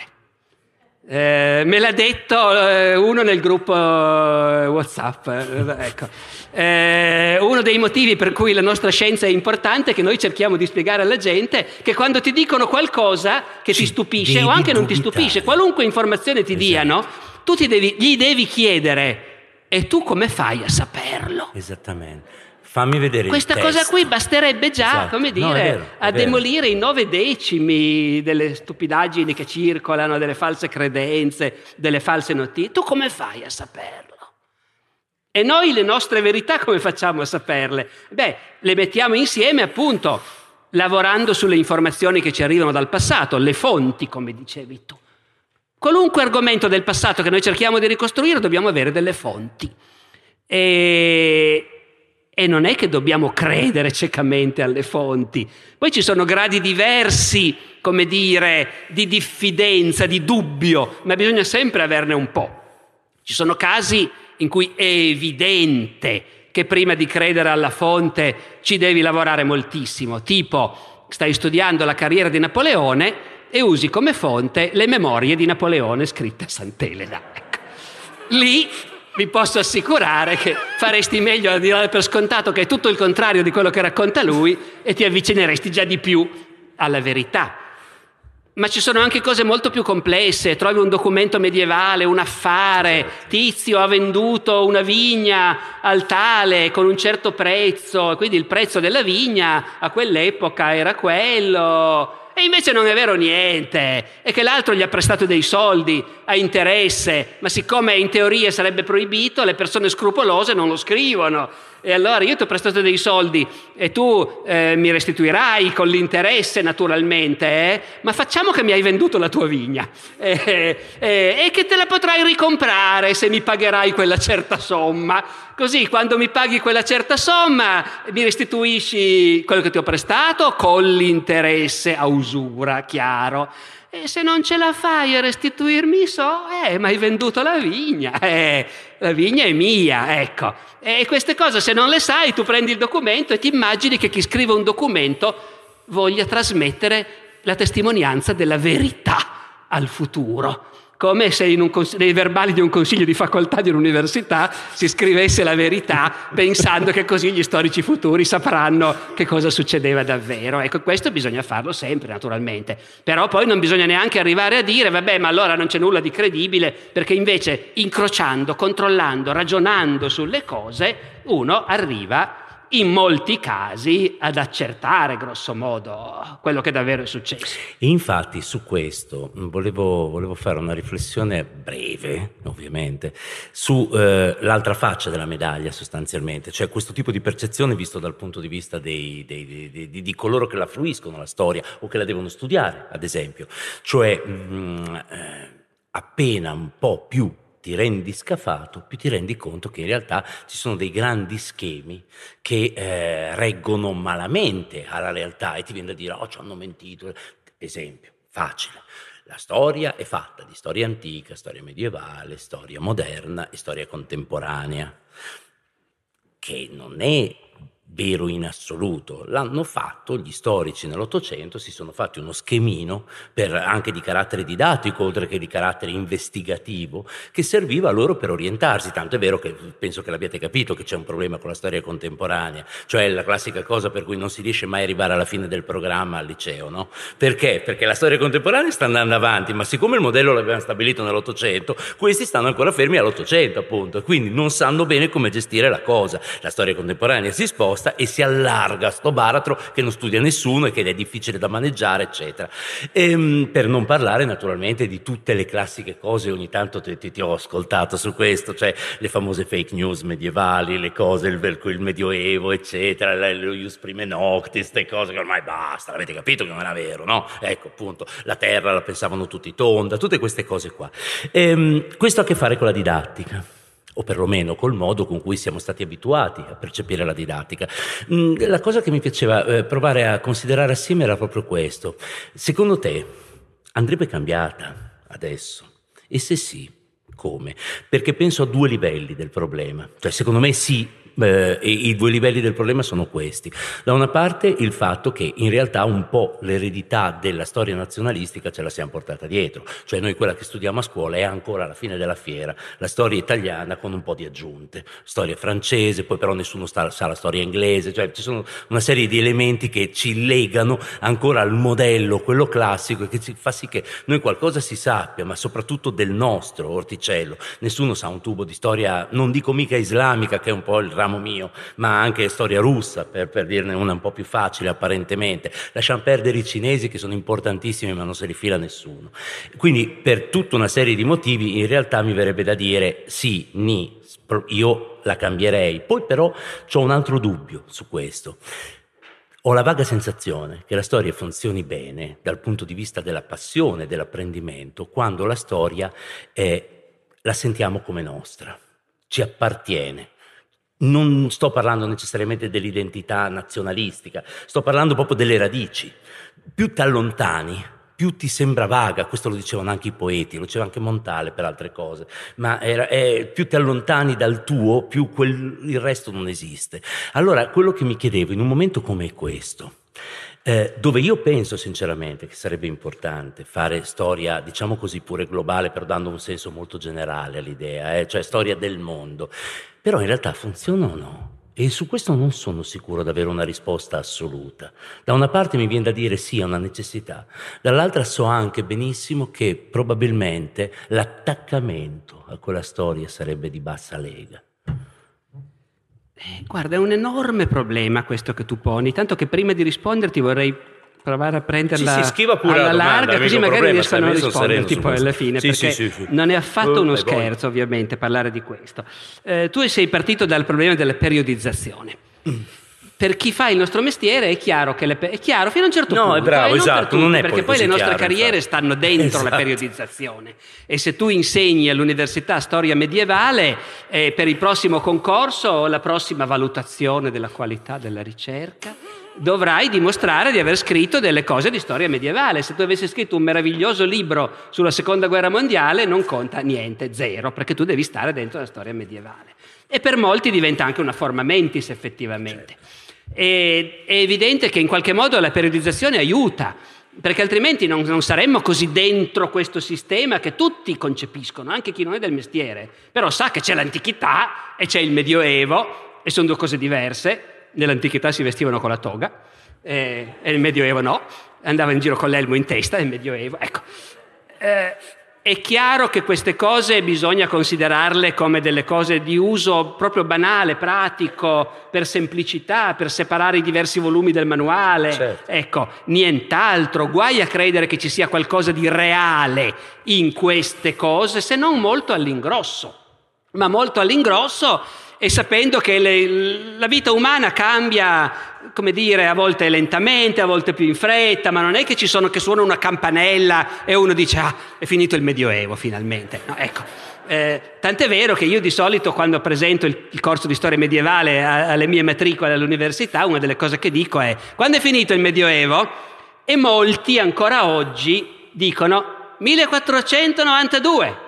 eh, me l'ha detto eh, uno nel gruppo eh, WhatsApp, eh, ecco. Eh, uno dei motivi per cui la nostra scienza è importante è che noi cerchiamo di spiegare alla gente che quando ti dicono qualcosa che Ci ti stupisce o devi anche non ti dubitare. stupisce, qualunque informazione ti Esatto. diano, tu ti devi, gli devi chiedere: e tu come fai a saperlo? Esattamente. Fammi vedere Questa il cosa testo. qui basterebbe già, Esatto. come dire, No, è vero, è a vero. demolire i nove decimi delle stupidaggini che circolano, delle false credenze, delle false notizie. Tu come fai a saperlo? E noi le nostre verità come facciamo a saperle? Beh, le mettiamo insieme appunto lavorando sulle informazioni che ci arrivano dal passato, le fonti, come dicevi tu. Qualunque argomento del passato che noi cerchiamo di ricostruire, dobbiamo avere delle fonti. E, e non è che dobbiamo credere ciecamente alle fonti. Poi ci sono gradi diversi, come dire, di diffidenza, di dubbio, ma bisogna sempre averne un po'. Ci sono casi in cui è evidente che prima di credere alla fonte ci devi lavorare moltissimo, tipo stai studiando la carriera di Napoleone e usi come fonte le memorie di Napoleone scritte a Sant'Elena. Ecco. Lì vi posso assicurare che faresti meglio a dire per scontato che è tutto il contrario di quello che racconta lui e ti avvicineresti già di più alla verità. Ma ci sono anche cose molto più complesse. Trovi un documento medievale, un affare, Tizio ha venduto una vigna al tale con un certo prezzo, quindi il prezzo della vigna a quell'epoca era quello. E invece non è vero niente, è che l'altro gli ha prestato dei soldi a interesse, ma siccome in teoria sarebbe proibito, le persone scrupolose non lo scrivono. E allora io ti ho prestato dei soldi e tu eh, mi restituirai con l'interesse naturalmente, eh? Ma facciamo che mi hai venduto la tua vigna eh, eh, e che te la potrai ricomprare se mi pagherai quella certa somma. Così quando mi paghi quella certa somma mi restituisci quello che ti ho prestato con l'interesse a usura, chiaro. E se non ce la fai a restituirmi so, eh, ma hai venduto la vigna, eh, la vigna è mia, ecco. E queste cose se non le sai, tu prendi il documento e ti immagini che chi scrive un documento voglia trasmettere la testimonianza della verità al futuro. Come se in un cons- nei verbali di un consiglio di facoltà di un'università si scrivesse la verità pensando che così gli storici futuri sapranno che cosa succedeva davvero. Ecco, questo bisogna farlo sempre naturalmente, però poi non bisogna neanche arrivare a dire vabbè ma allora non c'è nulla di credibile, perché invece incrociando, controllando, ragionando sulle cose uno arriva in molti casi ad accertare grosso modo quello che davvero è successo. E infatti su questo volevo, volevo fare una riflessione breve, ovviamente, su eh, l'altra faccia della medaglia sostanzialmente, cioè questo tipo di percezione visto dal punto di vista dei, dei, dei, dei, di coloro che la fruiscono la storia o che la devono studiare, ad esempio, cioè mh, eh, appena un po' più ti rendi scafato, più ti rendi conto che in realtà ci sono dei grandi schemi che eh, reggono malamente alla realtà e ti viene da dire oh ci hanno mentito. Esempio facile, la storia è fatta di storia antica, storia medievale, storia moderna e storia contemporanea, che non è vero in assoluto. L'hanno fatto gli storici nell'Ottocento, si sono fatti uno schemino per, anche di carattere didattico oltre che di carattere investigativo, che serviva loro per orientarsi, tanto è vero che penso che l'abbiate capito che c'è un problema con la storia contemporanea, cioè la classica cosa per cui non si riesce mai a arrivare alla fine del programma al liceo, no? Perché? Perché la storia contemporanea sta andando avanti, ma siccome il modello l'avevano stabilito nell'Ottocento, questi stanno ancora fermi all'Ottocento appunto, e quindi non sanno bene come gestire la cosa. La storia contemporanea si sposta e si allarga sto baratro che non studia nessuno e che è difficile da maneggiare, eccetera. E, per non parlare naturalmente di tutte le classiche cose, ogni tanto ti, ti, ti ho ascoltato su questo, cioè le famose fake news medievali, le cose, il, il medioevo, eccetera, lo ius prime noctis, queste cose che ormai basta, l'avete capito che non era vero, no? Ecco, appunto, la terra la pensavano tutti tonda, tutte queste cose qua. E, questo ha a che fare con la didattica, o perlomeno col modo con cui siamo stati abituati a percepire la didattica. La cosa che mi piaceva eh, provare a considerare assieme era proprio questo. Secondo te andrebbe cambiata adesso? E se sì, come? Perché penso a due livelli del problema. Cioè, secondo me sì, eh, i due livelli del problema sono questi. Da una parte il fatto che in realtà un po' l'eredità della storia nazionalistica ce la siamo portata dietro, cioè noi quella che studiamo a scuola è ancora alla fine della fiera la storia italiana con un po' di aggiunte, storia francese, poi però nessuno sta, sa la storia inglese, cioè ci sono una serie di elementi che ci legano ancora al modello, quello classico, e che ci fa sì che noi qualcosa si sappia, ma soprattutto del nostro orticello. Nessuno sa un tubo di storia, non dico mica islamica che è un po' il ramo mio, ma anche storia russa, per, per dirne una un po' più facile apparentemente. Lasciamo perdere i cinesi che sono importantissimi ma non se li fila nessuno. Quindi per tutta una serie di motivi in realtà mi verrebbe da dire sì, ni, io la cambierei. Poi però c'ho un altro dubbio su questo. Ho la vaga sensazione che la storia funzioni bene dal punto di vista della passione, dell'apprendimento, quando la storia è, la sentiamo come nostra, ci appartiene. Non sto parlando necessariamente dell'identità nazionalistica, sto parlando proprio delle radici. Più ti allontani, più ti sembra vaga, questo lo dicevano anche i poeti, lo diceva anche Montale per altre cose, ma era, è, più ti allontani dal tuo, più quel, il resto non esiste. Allora, quello che mi chiedevo in un momento come questo, Eh, dove io penso sinceramente che sarebbe importante fare storia, diciamo così, pure globale, però dando un senso molto generale all'idea, eh? Cioè storia del mondo, però in realtà funziona o no? E su questo non sono sicuro di avere una risposta assoluta. Da una parte mi viene da dire sì, è una necessità, dall'altra so anche benissimo che probabilmente l'attaccamento a quella storia sarebbe di bassa lega. Eh, guarda, è un enorme problema questo che tu poni, tanto che prima di risponderti vorrei provare a prenderla sì, sì, schiva pure alla la domanda, larga, così magari problema, riescono a risponderti poi alla fine, sì, perché sì, sì, sì. non è affatto uh, uno vai, scherzo vai. ovviamente parlare di questo. Eh, tu sei partito dal problema della periodizzazione. Mm. Per chi fa il nostro mestiere è chiaro che le, è chiaro fino a un certo no, punto, è bravo, non esatto, tutti, non è perché poi, poi le nostre chiaro, carriere infatti. stanno dentro Esatto. la periodizzazione, e se tu insegni all'università storia medievale, eh, per il prossimo concorso o la prossima valutazione della qualità della ricerca dovrai dimostrare di aver scritto delle cose di storia medievale. Se tu avessi scritto un meraviglioso libro sulla seconda guerra mondiale non conta niente, zero, perché tu devi stare dentro la storia medievale, e per molti diventa anche una forma mentis effettivamente. Certo. E, è evidente che in qualche modo la periodizzazione aiuta, perché altrimenti non, non saremmo così dentro questo sistema che tutti concepiscono, anche chi non è del mestiere, però sa che c'è l'antichità e c'è il medioevo, e sono due cose diverse. Nell'antichità si vestivano con la toga eh, e nel medioevo no, andava in giro con l'elmo in testa nel medioevo, ecco. Eh, È chiaro che queste cose bisogna considerarle come delle cose di uso proprio banale, pratico, per semplicità, per separare i diversi volumi del manuale. Certo. Ecco, nient'altro. Guai a credere che ci sia qualcosa di reale in queste cose, se non molto all'ingrosso. Ma molto all'ingrosso, e sapendo che le, la vita umana cambia, come dire, a volte lentamente, a volte più in fretta, ma non è che ci sono che suona una campanella e uno dice ah, è finito il Medioevo finalmente. No, ecco, eh, tant'è vero che io di solito quando presento il, il corso di storia medievale a, alle mie matricole all'università, una delle cose che dico è quando è finito il Medioevo? E molti ancora oggi dicono millequattrocentonovantadue.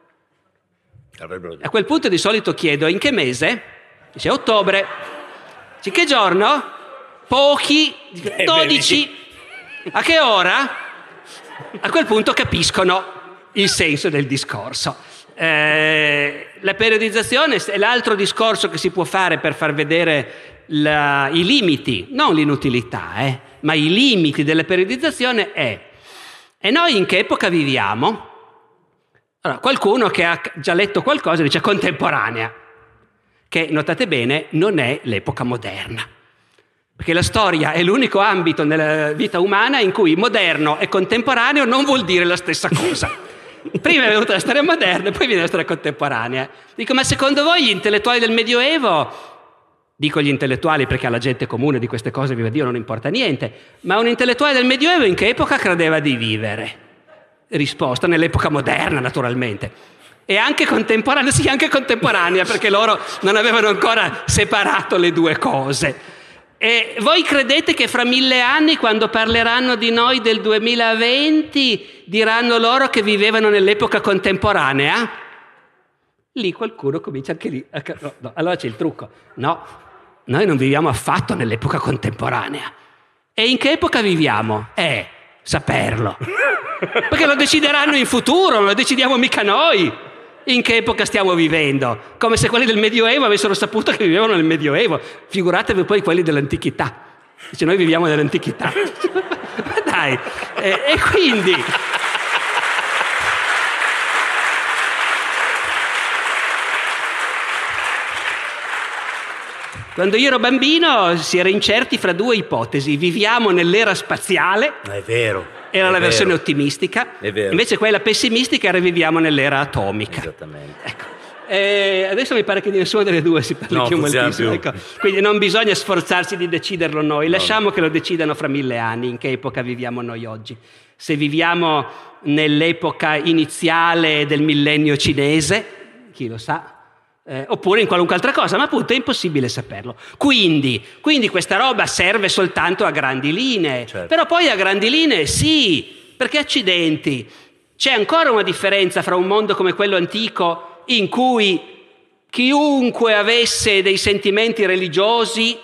A quel punto di solito chiedo in che mese? Dice ottobre. Dice che giorno? Pochi, dodici. A che ora? A quel punto capiscono il senso del discorso. Eh, la periodizzazione è l'altro discorso che si può fare per far vedere la, i limiti, non l'inutilità, eh, ma i limiti della periodizzazione è: e noi in che epoca viviamo? Allora, qualcuno che ha già letto qualcosa dice contemporanea, che notate bene non è l'epoca moderna, perché la storia è l'unico ambito nella vita umana in cui moderno e contemporaneo non vuol dire la stessa cosa. Prima è venuta la storia moderna e poi viene la storia contemporanea. Dico, ma secondo voi gli intellettuali del Medioevo, dico gli intellettuali perché alla gente comune di queste cose, viva Dio, non importa niente, ma un intellettuale del Medioevo in che epoca credeva di vivere? Risposta: nell'epoca moderna, naturalmente. E anche contemporanea, sì, anche contemporanea, perché loro non avevano ancora separato le due cose. E voi credete che fra mille anni, quando parleranno di noi del duemilaventi, diranno loro che vivevano nell'epoca contemporanea? Lì qualcuno comincia anche lì. No, no, allora c'è il trucco. No, noi non viviamo affatto nell'epoca contemporanea. E in che epoca viviamo? Eh, saperlo. Perché lo decideranno in futuro, non lo decidiamo mica noi in che epoca stiamo vivendo, come se quelli del Medioevo avessero saputo che vivevano nel Medioevo, figuratevi poi quelli dell'antichità. Dice, noi viviamo nell'antichità. Ma dai, e, e quindi quando io ero bambino si era incerti fra due ipotesi: viviamo nell'era spaziale, è vero, era è la vero. versione ottimistica, È vero. Invece quella pessimistica era viviamo nell'era atomica. Esattamente. Ecco. E adesso mi pare che di nessuna delle due si parli No, più funziona moltissimo. più. Ecco. Quindi non bisogna sforzarsi di deciderlo noi, lasciamo che lo decidano fra mille anni in che epoca viviamo noi oggi. Se viviamo nell'epoca iniziale del millennio cinese, chi lo sa, eh, oppure in qualunque altra cosa, ma appunto è impossibile saperlo. Quindi, quindi questa roba serve soltanto a grandi linee, Certo. Però poi a grandi linee sì, perché accidenti, c'è ancora una differenza fra un mondo come quello antico in cui chiunque avesse dei sentimenti religiosi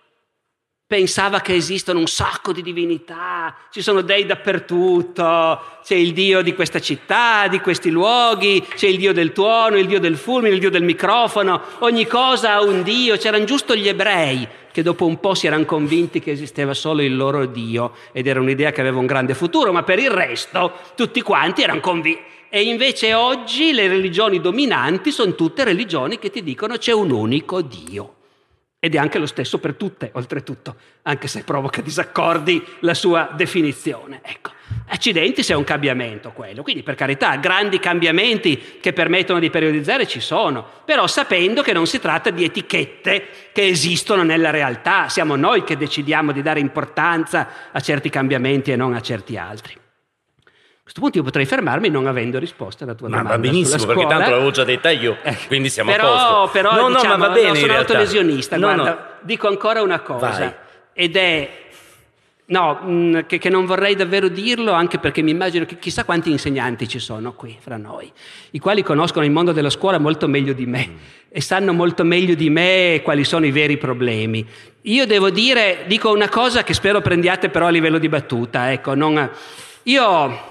pensava che esistono un sacco di divinità, ci sono dei dappertutto, c'è il dio di questa città, di questi luoghi, c'è il dio del tuono, il dio del fulmine, il dio del microfono, ogni cosa ha un dio. C'erano giusto gli ebrei che dopo un po' si erano convinti che esisteva solo il loro dio ed era un'idea che aveva un grande futuro, ma per il resto tutti quanti erano convinti. E invece oggi le religioni dominanti sono tutte religioni che ti dicono c'è un unico dio. Ed è anche lo stesso per tutte, oltretutto, anche se provoca disaccordi la sua definizione. Ecco, accidenti se è un cambiamento quello. Quindi, per carità, grandi cambiamenti che permettono di periodizzare ci sono, però sapendo che non si tratta di etichette che esistono nella realtà. Siamo noi che decidiamo di dare importanza a certi cambiamenti e non a certi altri. A questo punto io potrei fermarmi non avendo risposto alla tua ma domanda. va benissimo, sulla perché scuola. tanto l'avevo già detta io, quindi siamo però, a posto. Però, no, diciamo, no, ma va bene, no, sono in realtà. autolesionista, no, guarda, no. dico ancora una cosa, Vai. ed è, no, mh, che, che non vorrei davvero dirlo, anche perché mi immagino che chissà quanti insegnanti ci sono qui fra noi, i quali conoscono il mondo della scuola molto meglio di me mm. e sanno molto meglio di me quali sono i veri problemi. Io devo dire, dico una cosa che spero prendiate però a livello di battuta, ecco, non, io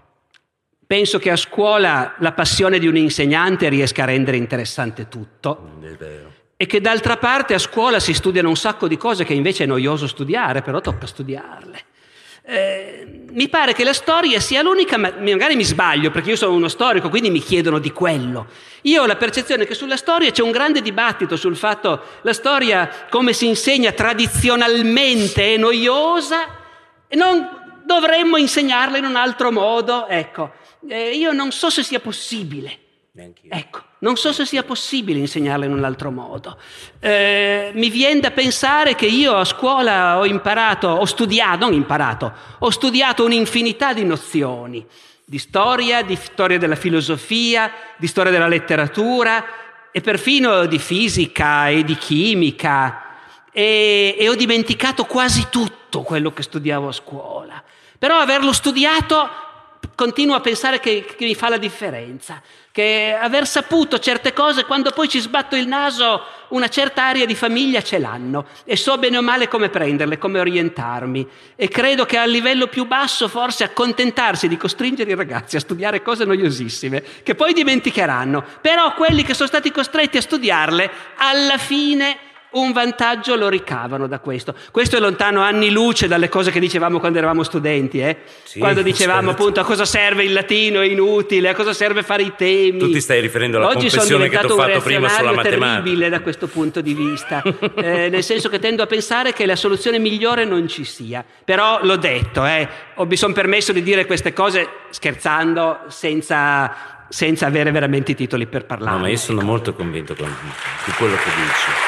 penso che a scuola la passione di un insegnante riesca a rendere interessante tutto. È vero. E che d'altra parte a scuola si studiano un sacco di cose che invece è noioso studiare, però tocca studiarle. Eh, mi pare che la storia sia l'unica, ma magari mi sbaglio perché io sono uno storico, quindi mi chiedono di quello. Io ho la percezione che sulla storia c'è un grande dibattito sul fatto la storia come si insegna tradizionalmente è noiosa e non dovremmo insegnarla in un altro modo. Ecco, eh, io non so se sia possibile. Ecco, non so se sia possibile insegnarla in un altro modo. Eh, mi viene da pensare che io a scuola ho imparato, ho studiato, non imparato, ho studiato un'infinità di nozioni, di storia, di storia della filosofia, di storia della letteratura e perfino di fisica e di chimica e, e ho dimenticato quasi tutto quello che studiavo a scuola. Però averlo studiato continuo a pensare che, che mi fa la differenza, che aver saputo certe cose, quando poi ci sbatto il naso, una certa area di famiglia ce l'hanno e so bene o male come prenderle, come orientarmi, e credo che a livello più basso forse accontentarsi di costringere i ragazzi a studiare cose noiosissime che poi dimenticheranno, però quelli che sono stati costretti a studiarle alla fine un vantaggio lo ricavano da questo. Questo è lontano anni luce dalle cose che dicevamo quando eravamo studenti, eh? Sì, quando dicevamo certo. appunto a cosa serve il latino, è inutile, a cosa serve fare i temi. Tu ti stai riferendo alla Oggi confessione che ti ho fatto prima sulla matematica. Oggi sono diventato un reazionario terribile da questo punto di vista, eh, nel senso che tendo a pensare che la soluzione migliore non ci sia. Però l'ho detto, eh, mi sono permesso di dire queste cose scherzando, senza, senza avere veramente i titoli per parlare. No, ma io sono ecco. molto convinto con, di quello che dici.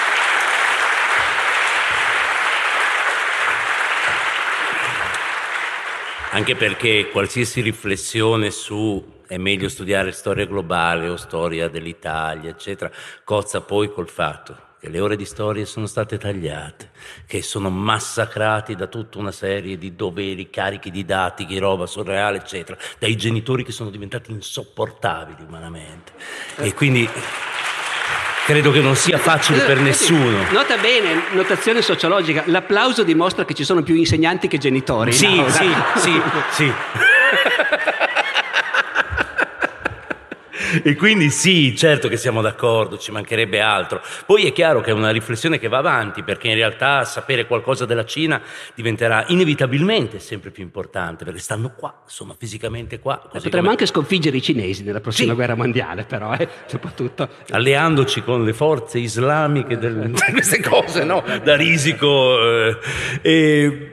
Anche perché qualsiasi riflessione su è meglio studiare storia globale o storia dell'Italia, eccetera, cozza poi col fatto che le ore di storia sono state tagliate, che sono massacrati da tutta una serie di doveri, carichi didattici, roba surreale, eccetera, dai genitori che sono diventati insopportabili umanamente. E quindi credo che non sia facile per nessuno. Nota bene, notazione sociologica, l'applauso dimostra che ci sono più insegnanti che genitori. Sì, no? sì, sì, sì. E quindi sì, certo che siamo d'accordo, ci mancherebbe altro. Poi è chiaro che è una riflessione che va avanti, perché in realtà sapere qualcosa della Cina diventerà inevitabilmente sempre più importante, perché stanno qua, insomma, fisicamente qua. Potremmo come... anche sconfiggere i cinesi nella prossima sì. guerra mondiale, però, eh, soprattutto. Alleandoci con le forze islamiche, del... queste cose, no? Da risico. Eh, e...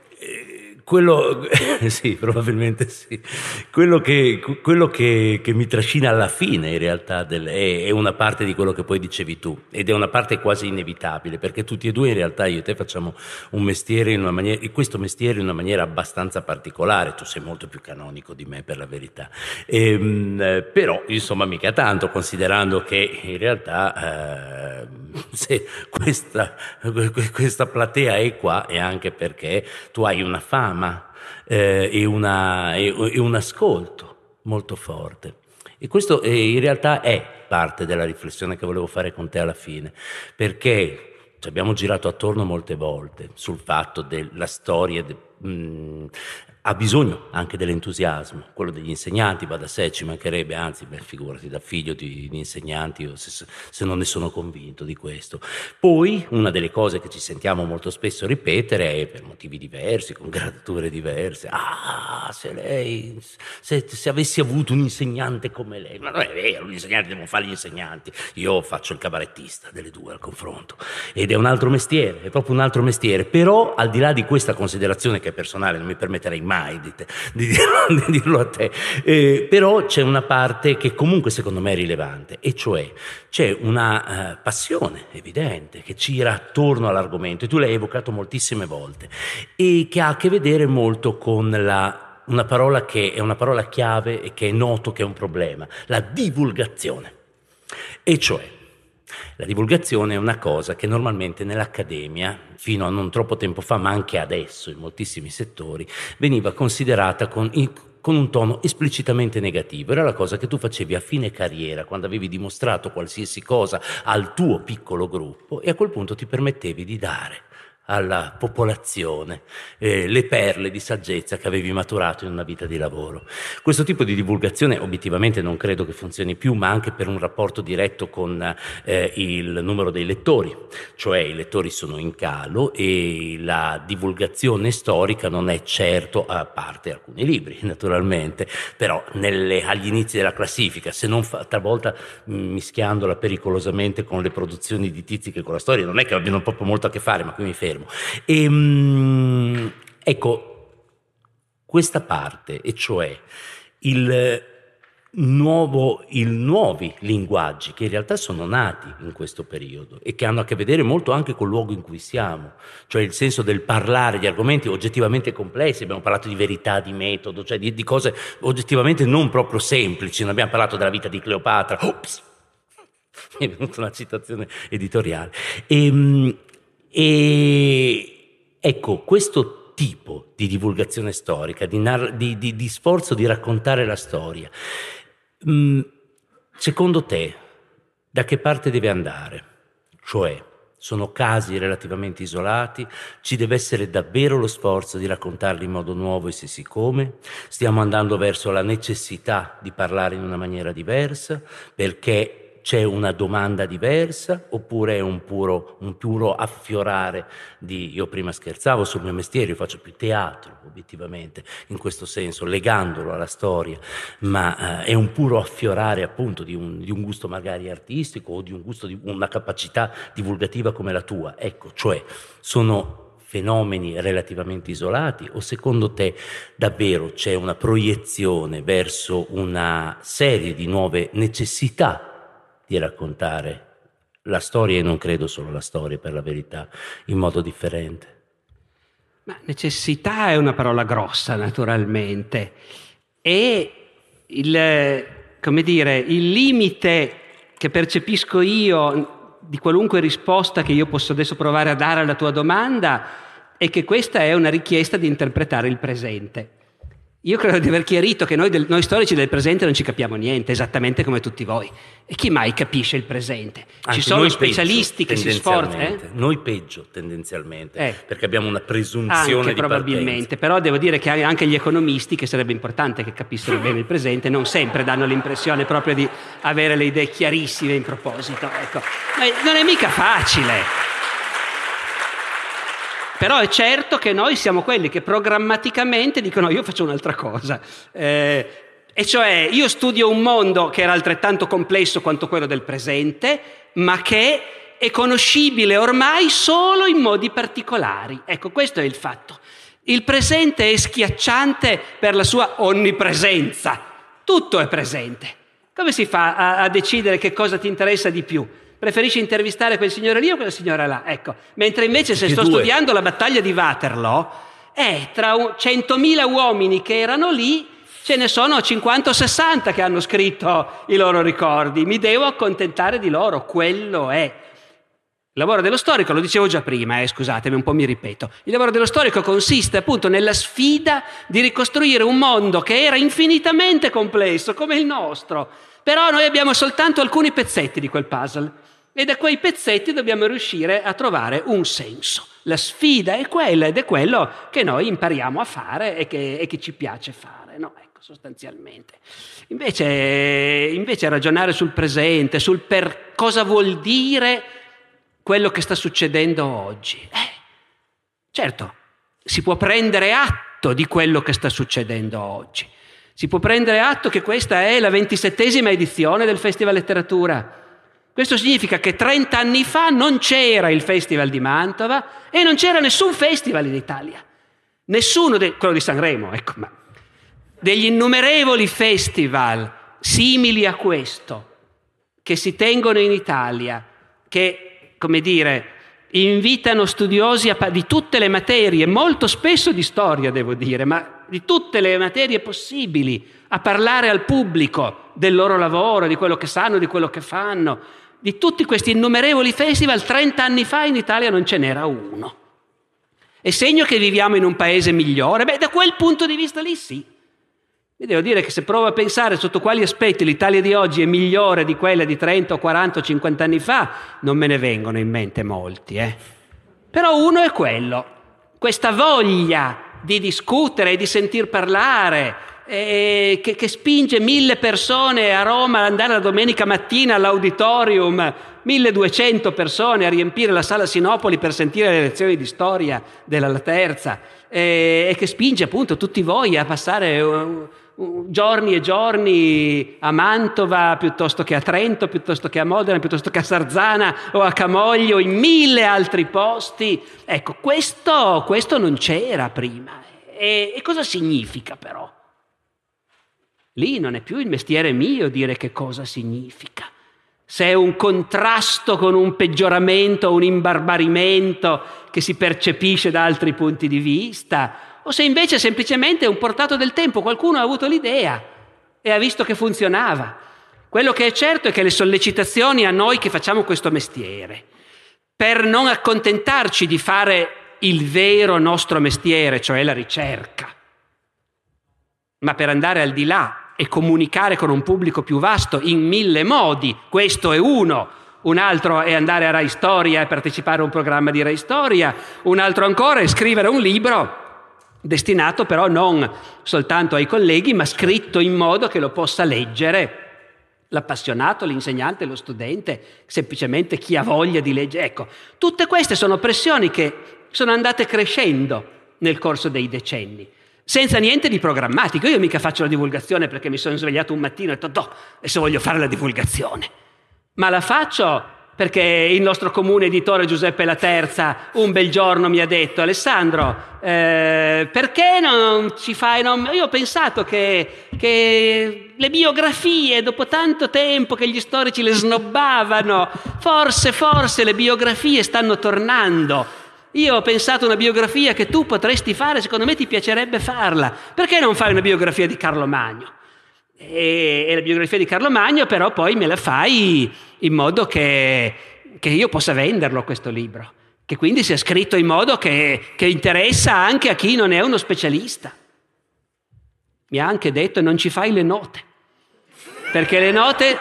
Quello, sì, probabilmente sì. Quello che, quello che, che mi trascina alla fine, in realtà, del, è, è una parte di quello che poi dicevi tu, ed è una parte quasi inevitabile, perché tutti e due, in realtà, io e te facciamo un mestiere in una maniera, questo mestiere in una maniera abbastanza particolare. Tu sei molto più canonico di me, per la verità. E, però, insomma, mica tanto, considerando che in realtà, eh, se questa, questa platea è qua, è anche perché tu hai una fama Eh, e, una, e, e un ascolto molto forte, e questo eh, in realtà è parte della riflessione che volevo fare con te alla fine, perché ci abbiamo girato attorno molte volte sul fatto della storia de, mh, ha bisogno anche dell'entusiasmo, quello degli insegnanti va da sé, ci mancherebbe, anzi, beh, figurati, da figlio di, di insegnanti, io se, se non ne sono convinto di questo. Poi una delle cose che ci sentiamo molto spesso ripetere è, per motivi diversi, con gradature diverse, ah, se lei, se, se avessi avuto un insegnante come lei, ma non è vero, gli insegnanti devono fare gli insegnanti, io faccio il cabarettista delle due al confronto, ed è un altro mestiere, è proprio un altro mestiere, però al di là di questa considerazione che è personale, non mi permetterei mai mai di, te, di, dirlo, di dirlo a te, eh, però c'è una parte che comunque secondo me è rilevante, e cioè c'è una uh, passione evidente che gira attorno all'argomento, e tu l'hai evocato moltissime volte, e che ha a che vedere molto con la, una parola che è una parola chiave e che è noto che è un problema, la divulgazione. E cioè la divulgazione è una cosa che normalmente nell'accademia, fino a non troppo tempo fa, ma anche adesso in moltissimi settori, veniva considerata con, con un tono esplicitamente negativo. Era la cosa che tu facevi a fine carriera, quando avevi dimostrato qualsiasi cosa al tuo piccolo gruppo, e a quel punto ti permettevi di dare alla popolazione eh, le perle di saggezza che avevi maturato in una vita di lavoro. Questo tipo di divulgazione obiettivamente non credo che funzioni più, ma anche per un rapporto diretto con eh, il numero dei lettori, cioè i lettori sono in calo e la divulgazione storica non è certo, a parte alcuni libri naturalmente, però nelle, agli inizi della classifica, se non fa, talvolta mh, mischiandola pericolosamente con le produzioni di tizi che con la storia non è che abbiano proprio molto a che fare, ma qui mi fermo. E, mh, ecco, questa parte, e cioè il nuovo, i nuovi linguaggi che in realtà sono nati in questo periodo e che hanno a che vedere molto anche col luogo in cui siamo, cioè il senso del parlare di argomenti oggettivamente complessi. Abbiamo parlato di verità, di metodo, cioè di, di cose oggettivamente non proprio semplici. Non abbiamo parlato della vita di Cleopatra. Ops! Mi è venuta una citazione editoriale. E, e ecco, questo tipo di divulgazione storica, di, nar- di, di, di sforzo di raccontare la storia, mh, secondo te da che parte deve andare? Cioè, sono casi relativamente isolati? Ci deve essere davvero lo sforzo di raccontarli in modo nuovo e se sì come? Stiamo andando verso la necessità di parlare in una maniera diversa perché c'è una domanda diversa, oppure è un puro, un puro affiorare di... Io prima scherzavo sul mio mestiere, io faccio più teatro obiettivamente in questo senso, legandolo alla storia, ma eh, è un puro affiorare appunto di un, di un gusto magari artistico o di un gusto, di una capacità divulgativa come la tua. Ecco, cioè sono fenomeni relativamente isolati o secondo te davvero c'è una proiezione verso una serie di nuove necessità di raccontare la storia, e non credo solo la storia, per la verità, in modo differente? Ma necessità è una parola grossa, naturalmente, e il, come dire, il limite che percepisco io di qualunque risposta che io posso adesso provare a dare alla tua domanda è che questa è una richiesta di interpretare il presente. Io credo di aver chiarito che noi, del, noi storici del presente non ci capiamo niente, esattamente come tutti voi. E chi mai capisce il presente? Anche ci sono noi specialisti peggio, che si sforzano. Eh? Noi peggio tendenzialmente, eh. perché abbiamo una presunzione anche di probabilmente, partenza. Però devo dire che anche gli economisti, che sarebbe importante che capissero bene il presente, non sempre danno l'impressione proprio di avere le idee chiarissime in proposito. Ecco. Non è mica facile. Però è certo che noi siamo quelli che programmaticamente dicono io faccio un'altra cosa. Eh, e cioè io studio un mondo che era altrettanto complesso quanto quello del presente, ma che è conoscibile ormai solo in modi particolari. Ecco, questo è il fatto. Il presente è schiacciante per la sua onnipresenza. Tutto è presente. Come si fa a, a decidere che cosa ti interessa di più? Preferisci intervistare quel signore lì o quella signora là? Ecco. Mentre invece se Che sto due. studiando la battaglia di Waterloo, eh, tra centomila uomini che erano lì, ce ne sono cinquanta o sessanta che hanno scritto i loro ricordi. Mi devo accontentare di loro, quello è. Il lavoro dello storico, lo dicevo già prima, eh, scusatemi, un po' mi ripeto. Il lavoro dello storico consiste appunto nella sfida di ricostruire un mondo che era infinitamente complesso, come il nostro. Però noi abbiamo soltanto alcuni pezzetti di quel puzzle. E da quei pezzetti dobbiamo riuscire a trovare un senso. La sfida è quella ed è quello che noi impariamo a fare e che, e che ci piace fare, no? Ecco, sostanzialmente. Invece, invece ragionare sul presente, sul per cosa vuol dire quello che sta succedendo oggi. Eh, certo, si può prendere atto di quello che sta succedendo oggi. Si può prendere atto che questa è la ventisettesima edizione del Festival Letteratura. Questo significa che trenta anni fa non c'era il Festival di Mantova e non c'era nessun festival in Italia. Nessuno, de- quello di Sanremo, ecco, ma degli innumerevoli festival simili a questo che si tengono in Italia, che, come dire, invitano studiosi a pa- di tutte le materie, molto spesso di storia, devo dire, ma di tutte le materie possibili, a parlare al pubblico del loro lavoro, di quello che sanno, di quello che fanno. Di tutti questi innumerevoli festival, trenta anni fa in Italia non ce n'era uno. È segno che viviamo in un paese migliore? Beh, da quel punto di vista lì sì. E devo dire che se provo a pensare sotto quali aspetti l'Italia di oggi è migliore di quella di trenta, quaranta o cinquanta anni fa, non me ne vengono in mente molti, eh. Però uno è quello, questa voglia di discutere e di sentir parlare, eh, che, che spinge mille persone a Roma ad andare la domenica mattina all'auditorium, milleduecento persone a riempire la sala Sinopoli per sentire le lezioni di storia della La Terza, eh, e che spinge appunto tutti voi a passare uh, uh, giorni e giorni a Mantova piuttosto che a Trento, piuttosto che a Modena, piuttosto che a Sarzana o a Camogli o in mille altri posti. Ecco, questo, questo non c'era prima. E, e cosa significa però? Lì non è più il mestiere mio dire che cosa significa. Se è un contrasto con un peggioramento, un imbarbarimento che si percepisce da altri punti di vista, o se invece semplicemente è un portato del tempo, qualcuno ha avuto l'idea e ha visto che funzionava. Quello che è certo è che le sollecitazioni a noi che facciamo questo mestiere, per non accontentarci di fare il vero nostro mestiere, cioè la ricerca, ma per andare al di là e comunicare con un pubblico più vasto in mille modi, questo è uno, un altro è andare a Rai Storia e partecipare a un programma di Rai Storia, un altro ancora è scrivere un libro destinato però non soltanto ai colleghi, ma scritto in modo che lo possa leggere l'appassionato, l'insegnante, lo studente, semplicemente chi ha voglia di leggere. Ecco, tutte queste sono pressioni che sono andate crescendo nel corso dei decenni, senza niente di programmatico. Io mica faccio la divulgazione perché mi sono svegliato un mattino e ho detto no, adesso voglio fare la divulgazione, ma la faccio perché il nostro comune editore Giuseppe La Terza un bel giorno mi ha detto: Alessandro, eh, perché non ci fai... Non... Io ho pensato che, che le biografie, dopo tanto tempo che gli storici le snobbavano, forse, forse le biografie stanno tornando. Io ho pensato a una biografia che tu potresti fare, secondo me ti piacerebbe farla. Perché non fai una biografia di Carlo Magno? E, e la biografia di Carlo Magno però poi me la fai in modo che, che io possa venderlo questo libro, che quindi sia scritto in modo che, che interessa anche a chi non è uno specialista. Mi ha anche detto: non ci fai le note, perché le note...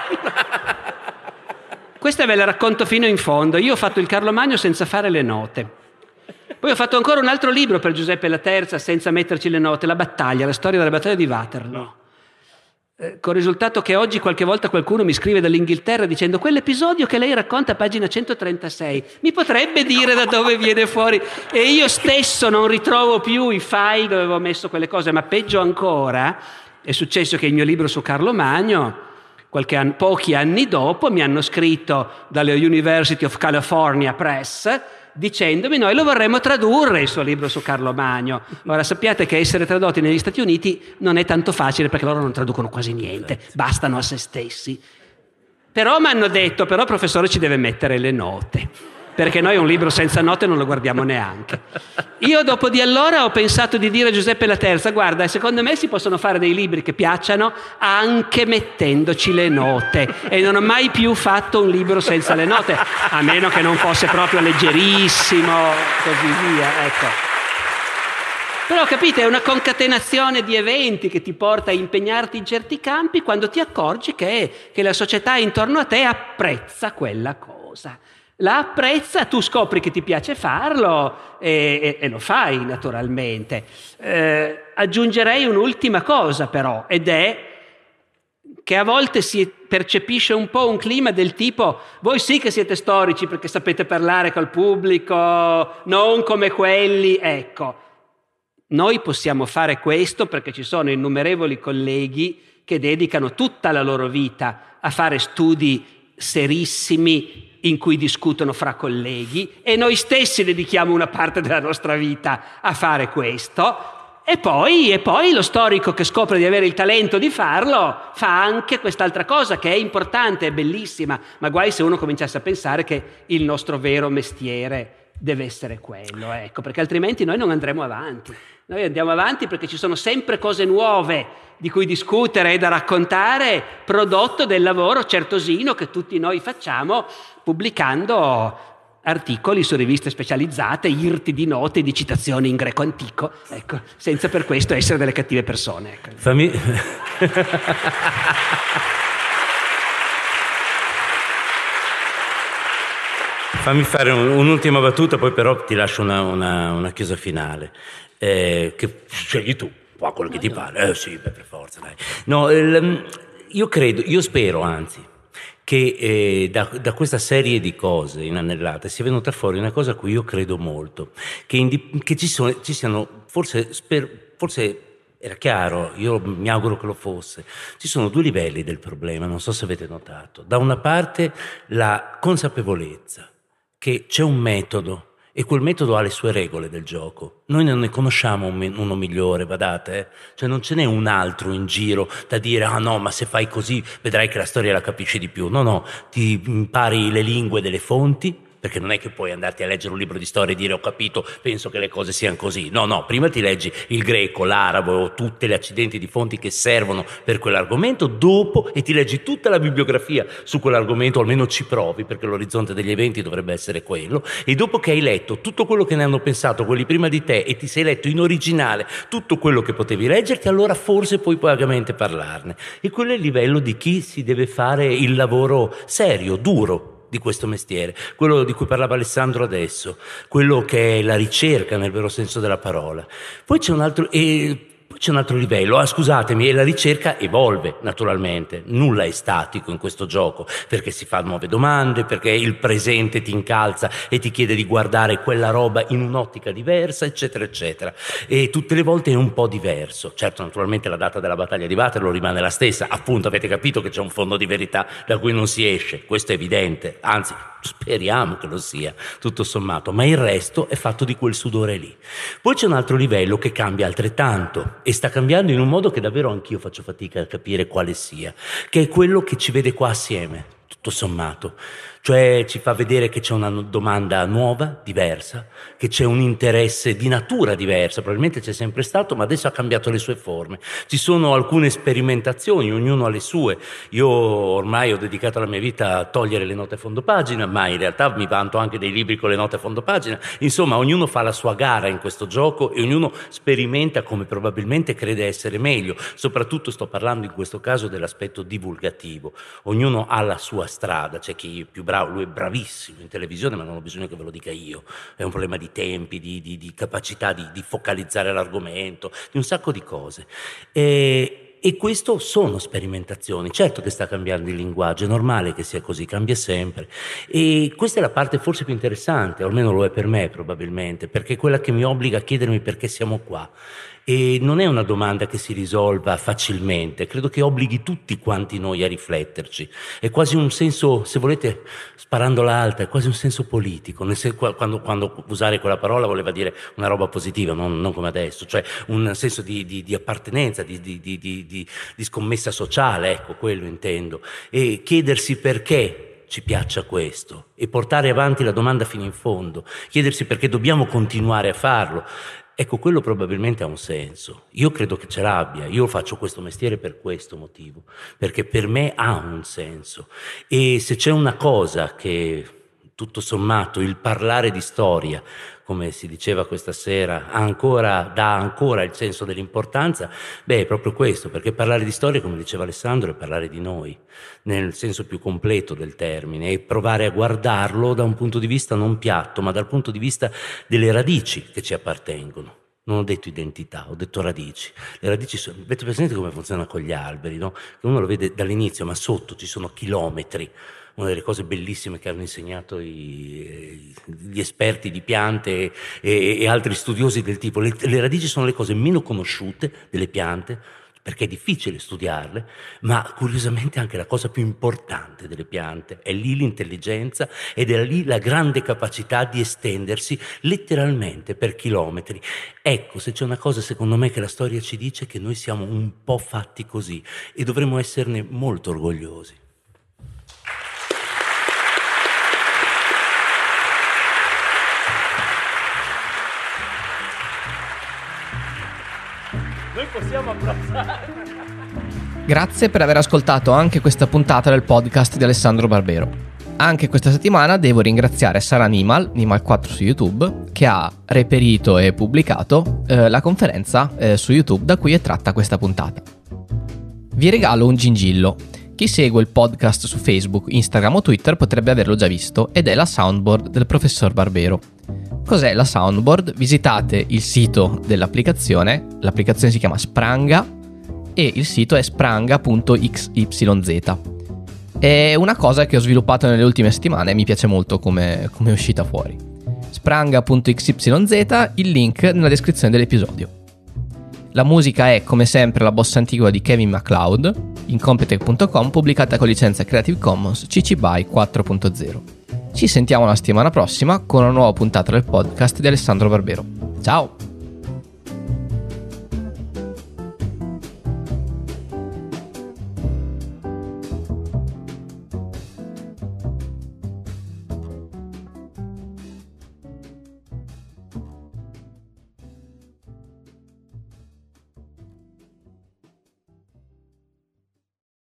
Questa ve la racconto fino in fondo. Io ho fatto il Carlo Magno senza fare le note. Poi ho fatto ancora un altro libro per Giuseppe La Terza senza metterci le note, La battaglia, la storia della battaglia di Waterloo. Eh, con il risultato che oggi qualche volta qualcuno mi scrive dall'Inghilterra dicendo: quell'episodio che lei racconta a pagina centotrentasei, mi potrebbe dire da dove viene fuori? E io stesso non ritrovo più i file dove avevo messo quelle cose. Ma peggio ancora, è successo che il mio libro su Carlo Magno, qualche anno, pochi anni dopo, mi hanno scritto dalle University of California Press dicendomi: noi lo vorremmo tradurre il suo libro su Carlo Magno. Ora sappiate che essere tradotti negli Stati Uniti non è tanto facile, perché loro non traducono quasi niente, bastano a se stessi. Però mi hanno detto: però professore ci deve mettere le note, perché noi un libro senza note non lo guardiamo neanche. Io dopo di allora ho pensato di dire a Giuseppe La Terza: guarda, secondo me si possono fare dei libri che piacciono anche mettendoci le note, e non ho mai più fatto un libro senza le note, a meno che non fosse proprio leggerissimo, così via, ecco. Però capite, è una concatenazione di eventi che ti porta a impegnarti in certi campi quando ti accorgi che, che la società intorno a te apprezza quella cosa. La apprezza, tu scopri che ti piace farlo e, e, e lo fai naturalmente. Eh, aggiungerei un'ultima cosa però, ed è che a volte si percepisce un po' un clima del tipo: voi sì che siete storici perché sapete parlare col pubblico, non come quelli. Ecco, noi possiamo fare questo perché ci sono innumerevoli colleghi che dedicano tutta la loro vita a fare studi serissimi in cui discutono fra colleghi, e noi stessi dedichiamo una parte della nostra vita a fare questo. E poi, e poi lo storico che scopre di avere il talento di farlo fa anche quest'altra cosa che è importante, è bellissima, ma guai se uno cominciasse a pensare che il nostro vero mestiere deve essere quello, ecco, perché altrimenti noi non andremo avanti. Noi andiamo avanti perché ci sono sempre cose nuove di cui discutere e da raccontare, prodotto del lavoro certosino che tutti noi facciamo pubblicando articoli su riviste specializzate, irti di note, di citazioni in greco antico, ecco, senza per questo essere delle cattive persone. Ecco. Fammi... fammi fare un, un'ultima battuta, poi però ti lascio una, una, una chiusa finale. Eh, che scegli tu, qua quello che ti pare. Eh sì, beh, per forza, dai. No, il, io credo, io spero anzi, che eh, da, da questa serie di cose inanellate sia venuta fuori una cosa a cui io credo molto, che, indi, che ci, sono, ci siano, forse, sper, forse era chiaro, io mi auguro che lo fosse, ci sono due livelli del problema, non so se avete notato. Da una parte la consapevolezza che c'è un metodo, e quel metodo ha le sue regole del gioco. Noi non ne conosciamo uno migliore, badate, eh? Cioè non ce n'è un altro in giro da dire ah no, ma se fai così vedrai che la storia la capisci di più. No, no, ti impari le lingue delle fonti, perché non è che puoi andarti a leggere un libro di storia e dire ho capito, penso che le cose siano così. No, no, prima ti leggi il greco, l'arabo, tutte le accidenti di fonti che servono per quell'argomento, dopo e ti leggi tutta la bibliografia su quell'argomento, o almeno ci provi, perché l'orizzonte degli eventi dovrebbe essere quello, e dopo che hai letto tutto quello che ne hanno pensato quelli prima di te e ti sei letto in originale tutto quello che potevi leggerti, allora forse puoi vagamente parlarne. E quello è il livello di chi si deve fare il lavoro serio, duro, di questo mestiere, quello di cui parlava Alessandro adesso, quello che è la ricerca nel vero senso della parola. Poi c'è un altro, e poi c'è un altro livello, ah scusatemi, e la ricerca evolve naturalmente, nulla è statico in questo gioco, perché si fa nuove domande, perché il presente ti incalza e ti chiede di guardare quella roba in un'ottica diversa, eccetera eccetera, e tutte le volte è un po' diverso. Certo, naturalmente la data della battaglia di Waterloo rimane la stessa, appunto avete capito che c'è un fondo di verità da cui non si esce, questo è evidente, anzi speriamo che lo sia, tutto sommato, ma il resto è fatto di quel sudore lì. Poi c'è un altro livello che cambia altrettanto, e sta cambiando in un modo che davvero anch'io faccio fatica a capire quale sia, che è quello che ci vede qua assieme, tutto sommato. Cioè ci fa vedere che c'è una domanda nuova, diversa, che c'è un interesse di natura diversa, probabilmente c'è sempre stato, ma adesso ha cambiato le sue forme. Ci sono alcune sperimentazioni, ognuno ha le sue. Io ormai ho dedicato la mia vita a togliere le note a fondo pagina, ma in realtà mi vanto anche dei libri con le note a fondo pagina. Insomma, ognuno fa la sua gara in questo gioco e ognuno sperimenta come probabilmente crede essere meglio. Soprattutto sto parlando in questo caso dell'aspetto divulgativo. Ognuno ha la sua strada, c'è chi è più bravo, lui è bravissimo in televisione, ma non ho bisogno che ve lo dica io, è un problema di tempi, di, di, di capacità di, di focalizzare l'argomento, di un sacco di cose. E, e questo sono sperimentazioni, certo che sta cambiando il linguaggio, è normale che sia così, cambia sempre, e questa è la parte forse più interessante, o almeno lo è per me probabilmente, perché è quella che mi obbliga a chiedermi perché siamo qua. E non è una domanda che si risolva facilmente, credo che obblighi tutti quanti noi a rifletterci. È quasi un senso, se volete, sparandola alta, è quasi un senso politico. Nel sen- quando, quando usare quella parola voleva dire una roba positiva, non, non come adesso, cioè un senso di, di, di appartenenza, di, di, di, di, di scommessa sociale, ecco, quello intendo. E chiedersi perché ci piaccia questo e portare avanti la domanda fino in fondo, chiedersi perché dobbiamo continuare a farlo. Ecco, quello probabilmente ha un senso. Io credo che ce l'abbia. Io faccio questo mestiere per questo motivo, perché per me ha un senso. E se c'è una cosa che, tutto sommato, il parlare di storia, come si diceva questa sera, ha ancora, dà ancora il senso dell'importanza, beh, è proprio questo, perché parlare di storia, come diceva Alessandro, è parlare di noi, nel senso più completo del termine, e provare a guardarlo da un punto di vista non piatto, ma dal punto di vista delle radici che ci appartengono. Non ho detto identità, ho detto radici. Le radici sono, avete presente come funziona con gli alberi, no? Che uno lo vede dall'inizio, ma sotto ci sono chilometri. Una delle cose bellissime che hanno insegnato i, gli esperti di piante e, e altri studiosi del tipo. Le, le radici sono le cose meno conosciute delle piante, perché è difficile studiarle, ma curiosamente anche la cosa più importante delle piante. È lì l'intelligenza ed è lì la grande capacità di estendersi letteralmente per chilometri. Ecco, se c'è una cosa secondo me che la storia ci dice, è che noi siamo un po' fatti così e dovremmo esserne molto orgogliosi. Noi possiamo abbracciare. Grazie per aver ascoltato anche questa puntata del podcast di Alessandro Barbero. Anche questa settimana devo ringraziare Sara Nimal, Nimal quattro su YouTube, che ha reperito e pubblicato eh, la conferenza eh, su YouTube da cui è tratta questa puntata. Vi regalo un gingillo. Chi segue il podcast su Facebook, Instagram o Twitter potrebbe averlo già visto, ed è la soundboard del professor Barbero. Cos'è la soundboard? Visitate il sito dell'applicazione, l'applicazione si chiama Spranga e il sito è spranga punto x y z. È una cosa che ho sviluppato nelle ultime settimane e mi piace molto come, come è uscita fuori. spranga punto x y z, il link nella descrizione dell'episodio. La musica è come sempre la bossa antigua di Kevin MacLeod, incompetech punto com, pubblicata con licenza Creative Commons C C B Y quattro punto zero. Ci sentiamo la settimana prossima con una nuova puntata del podcast di Alessandro Barbero. Ciao!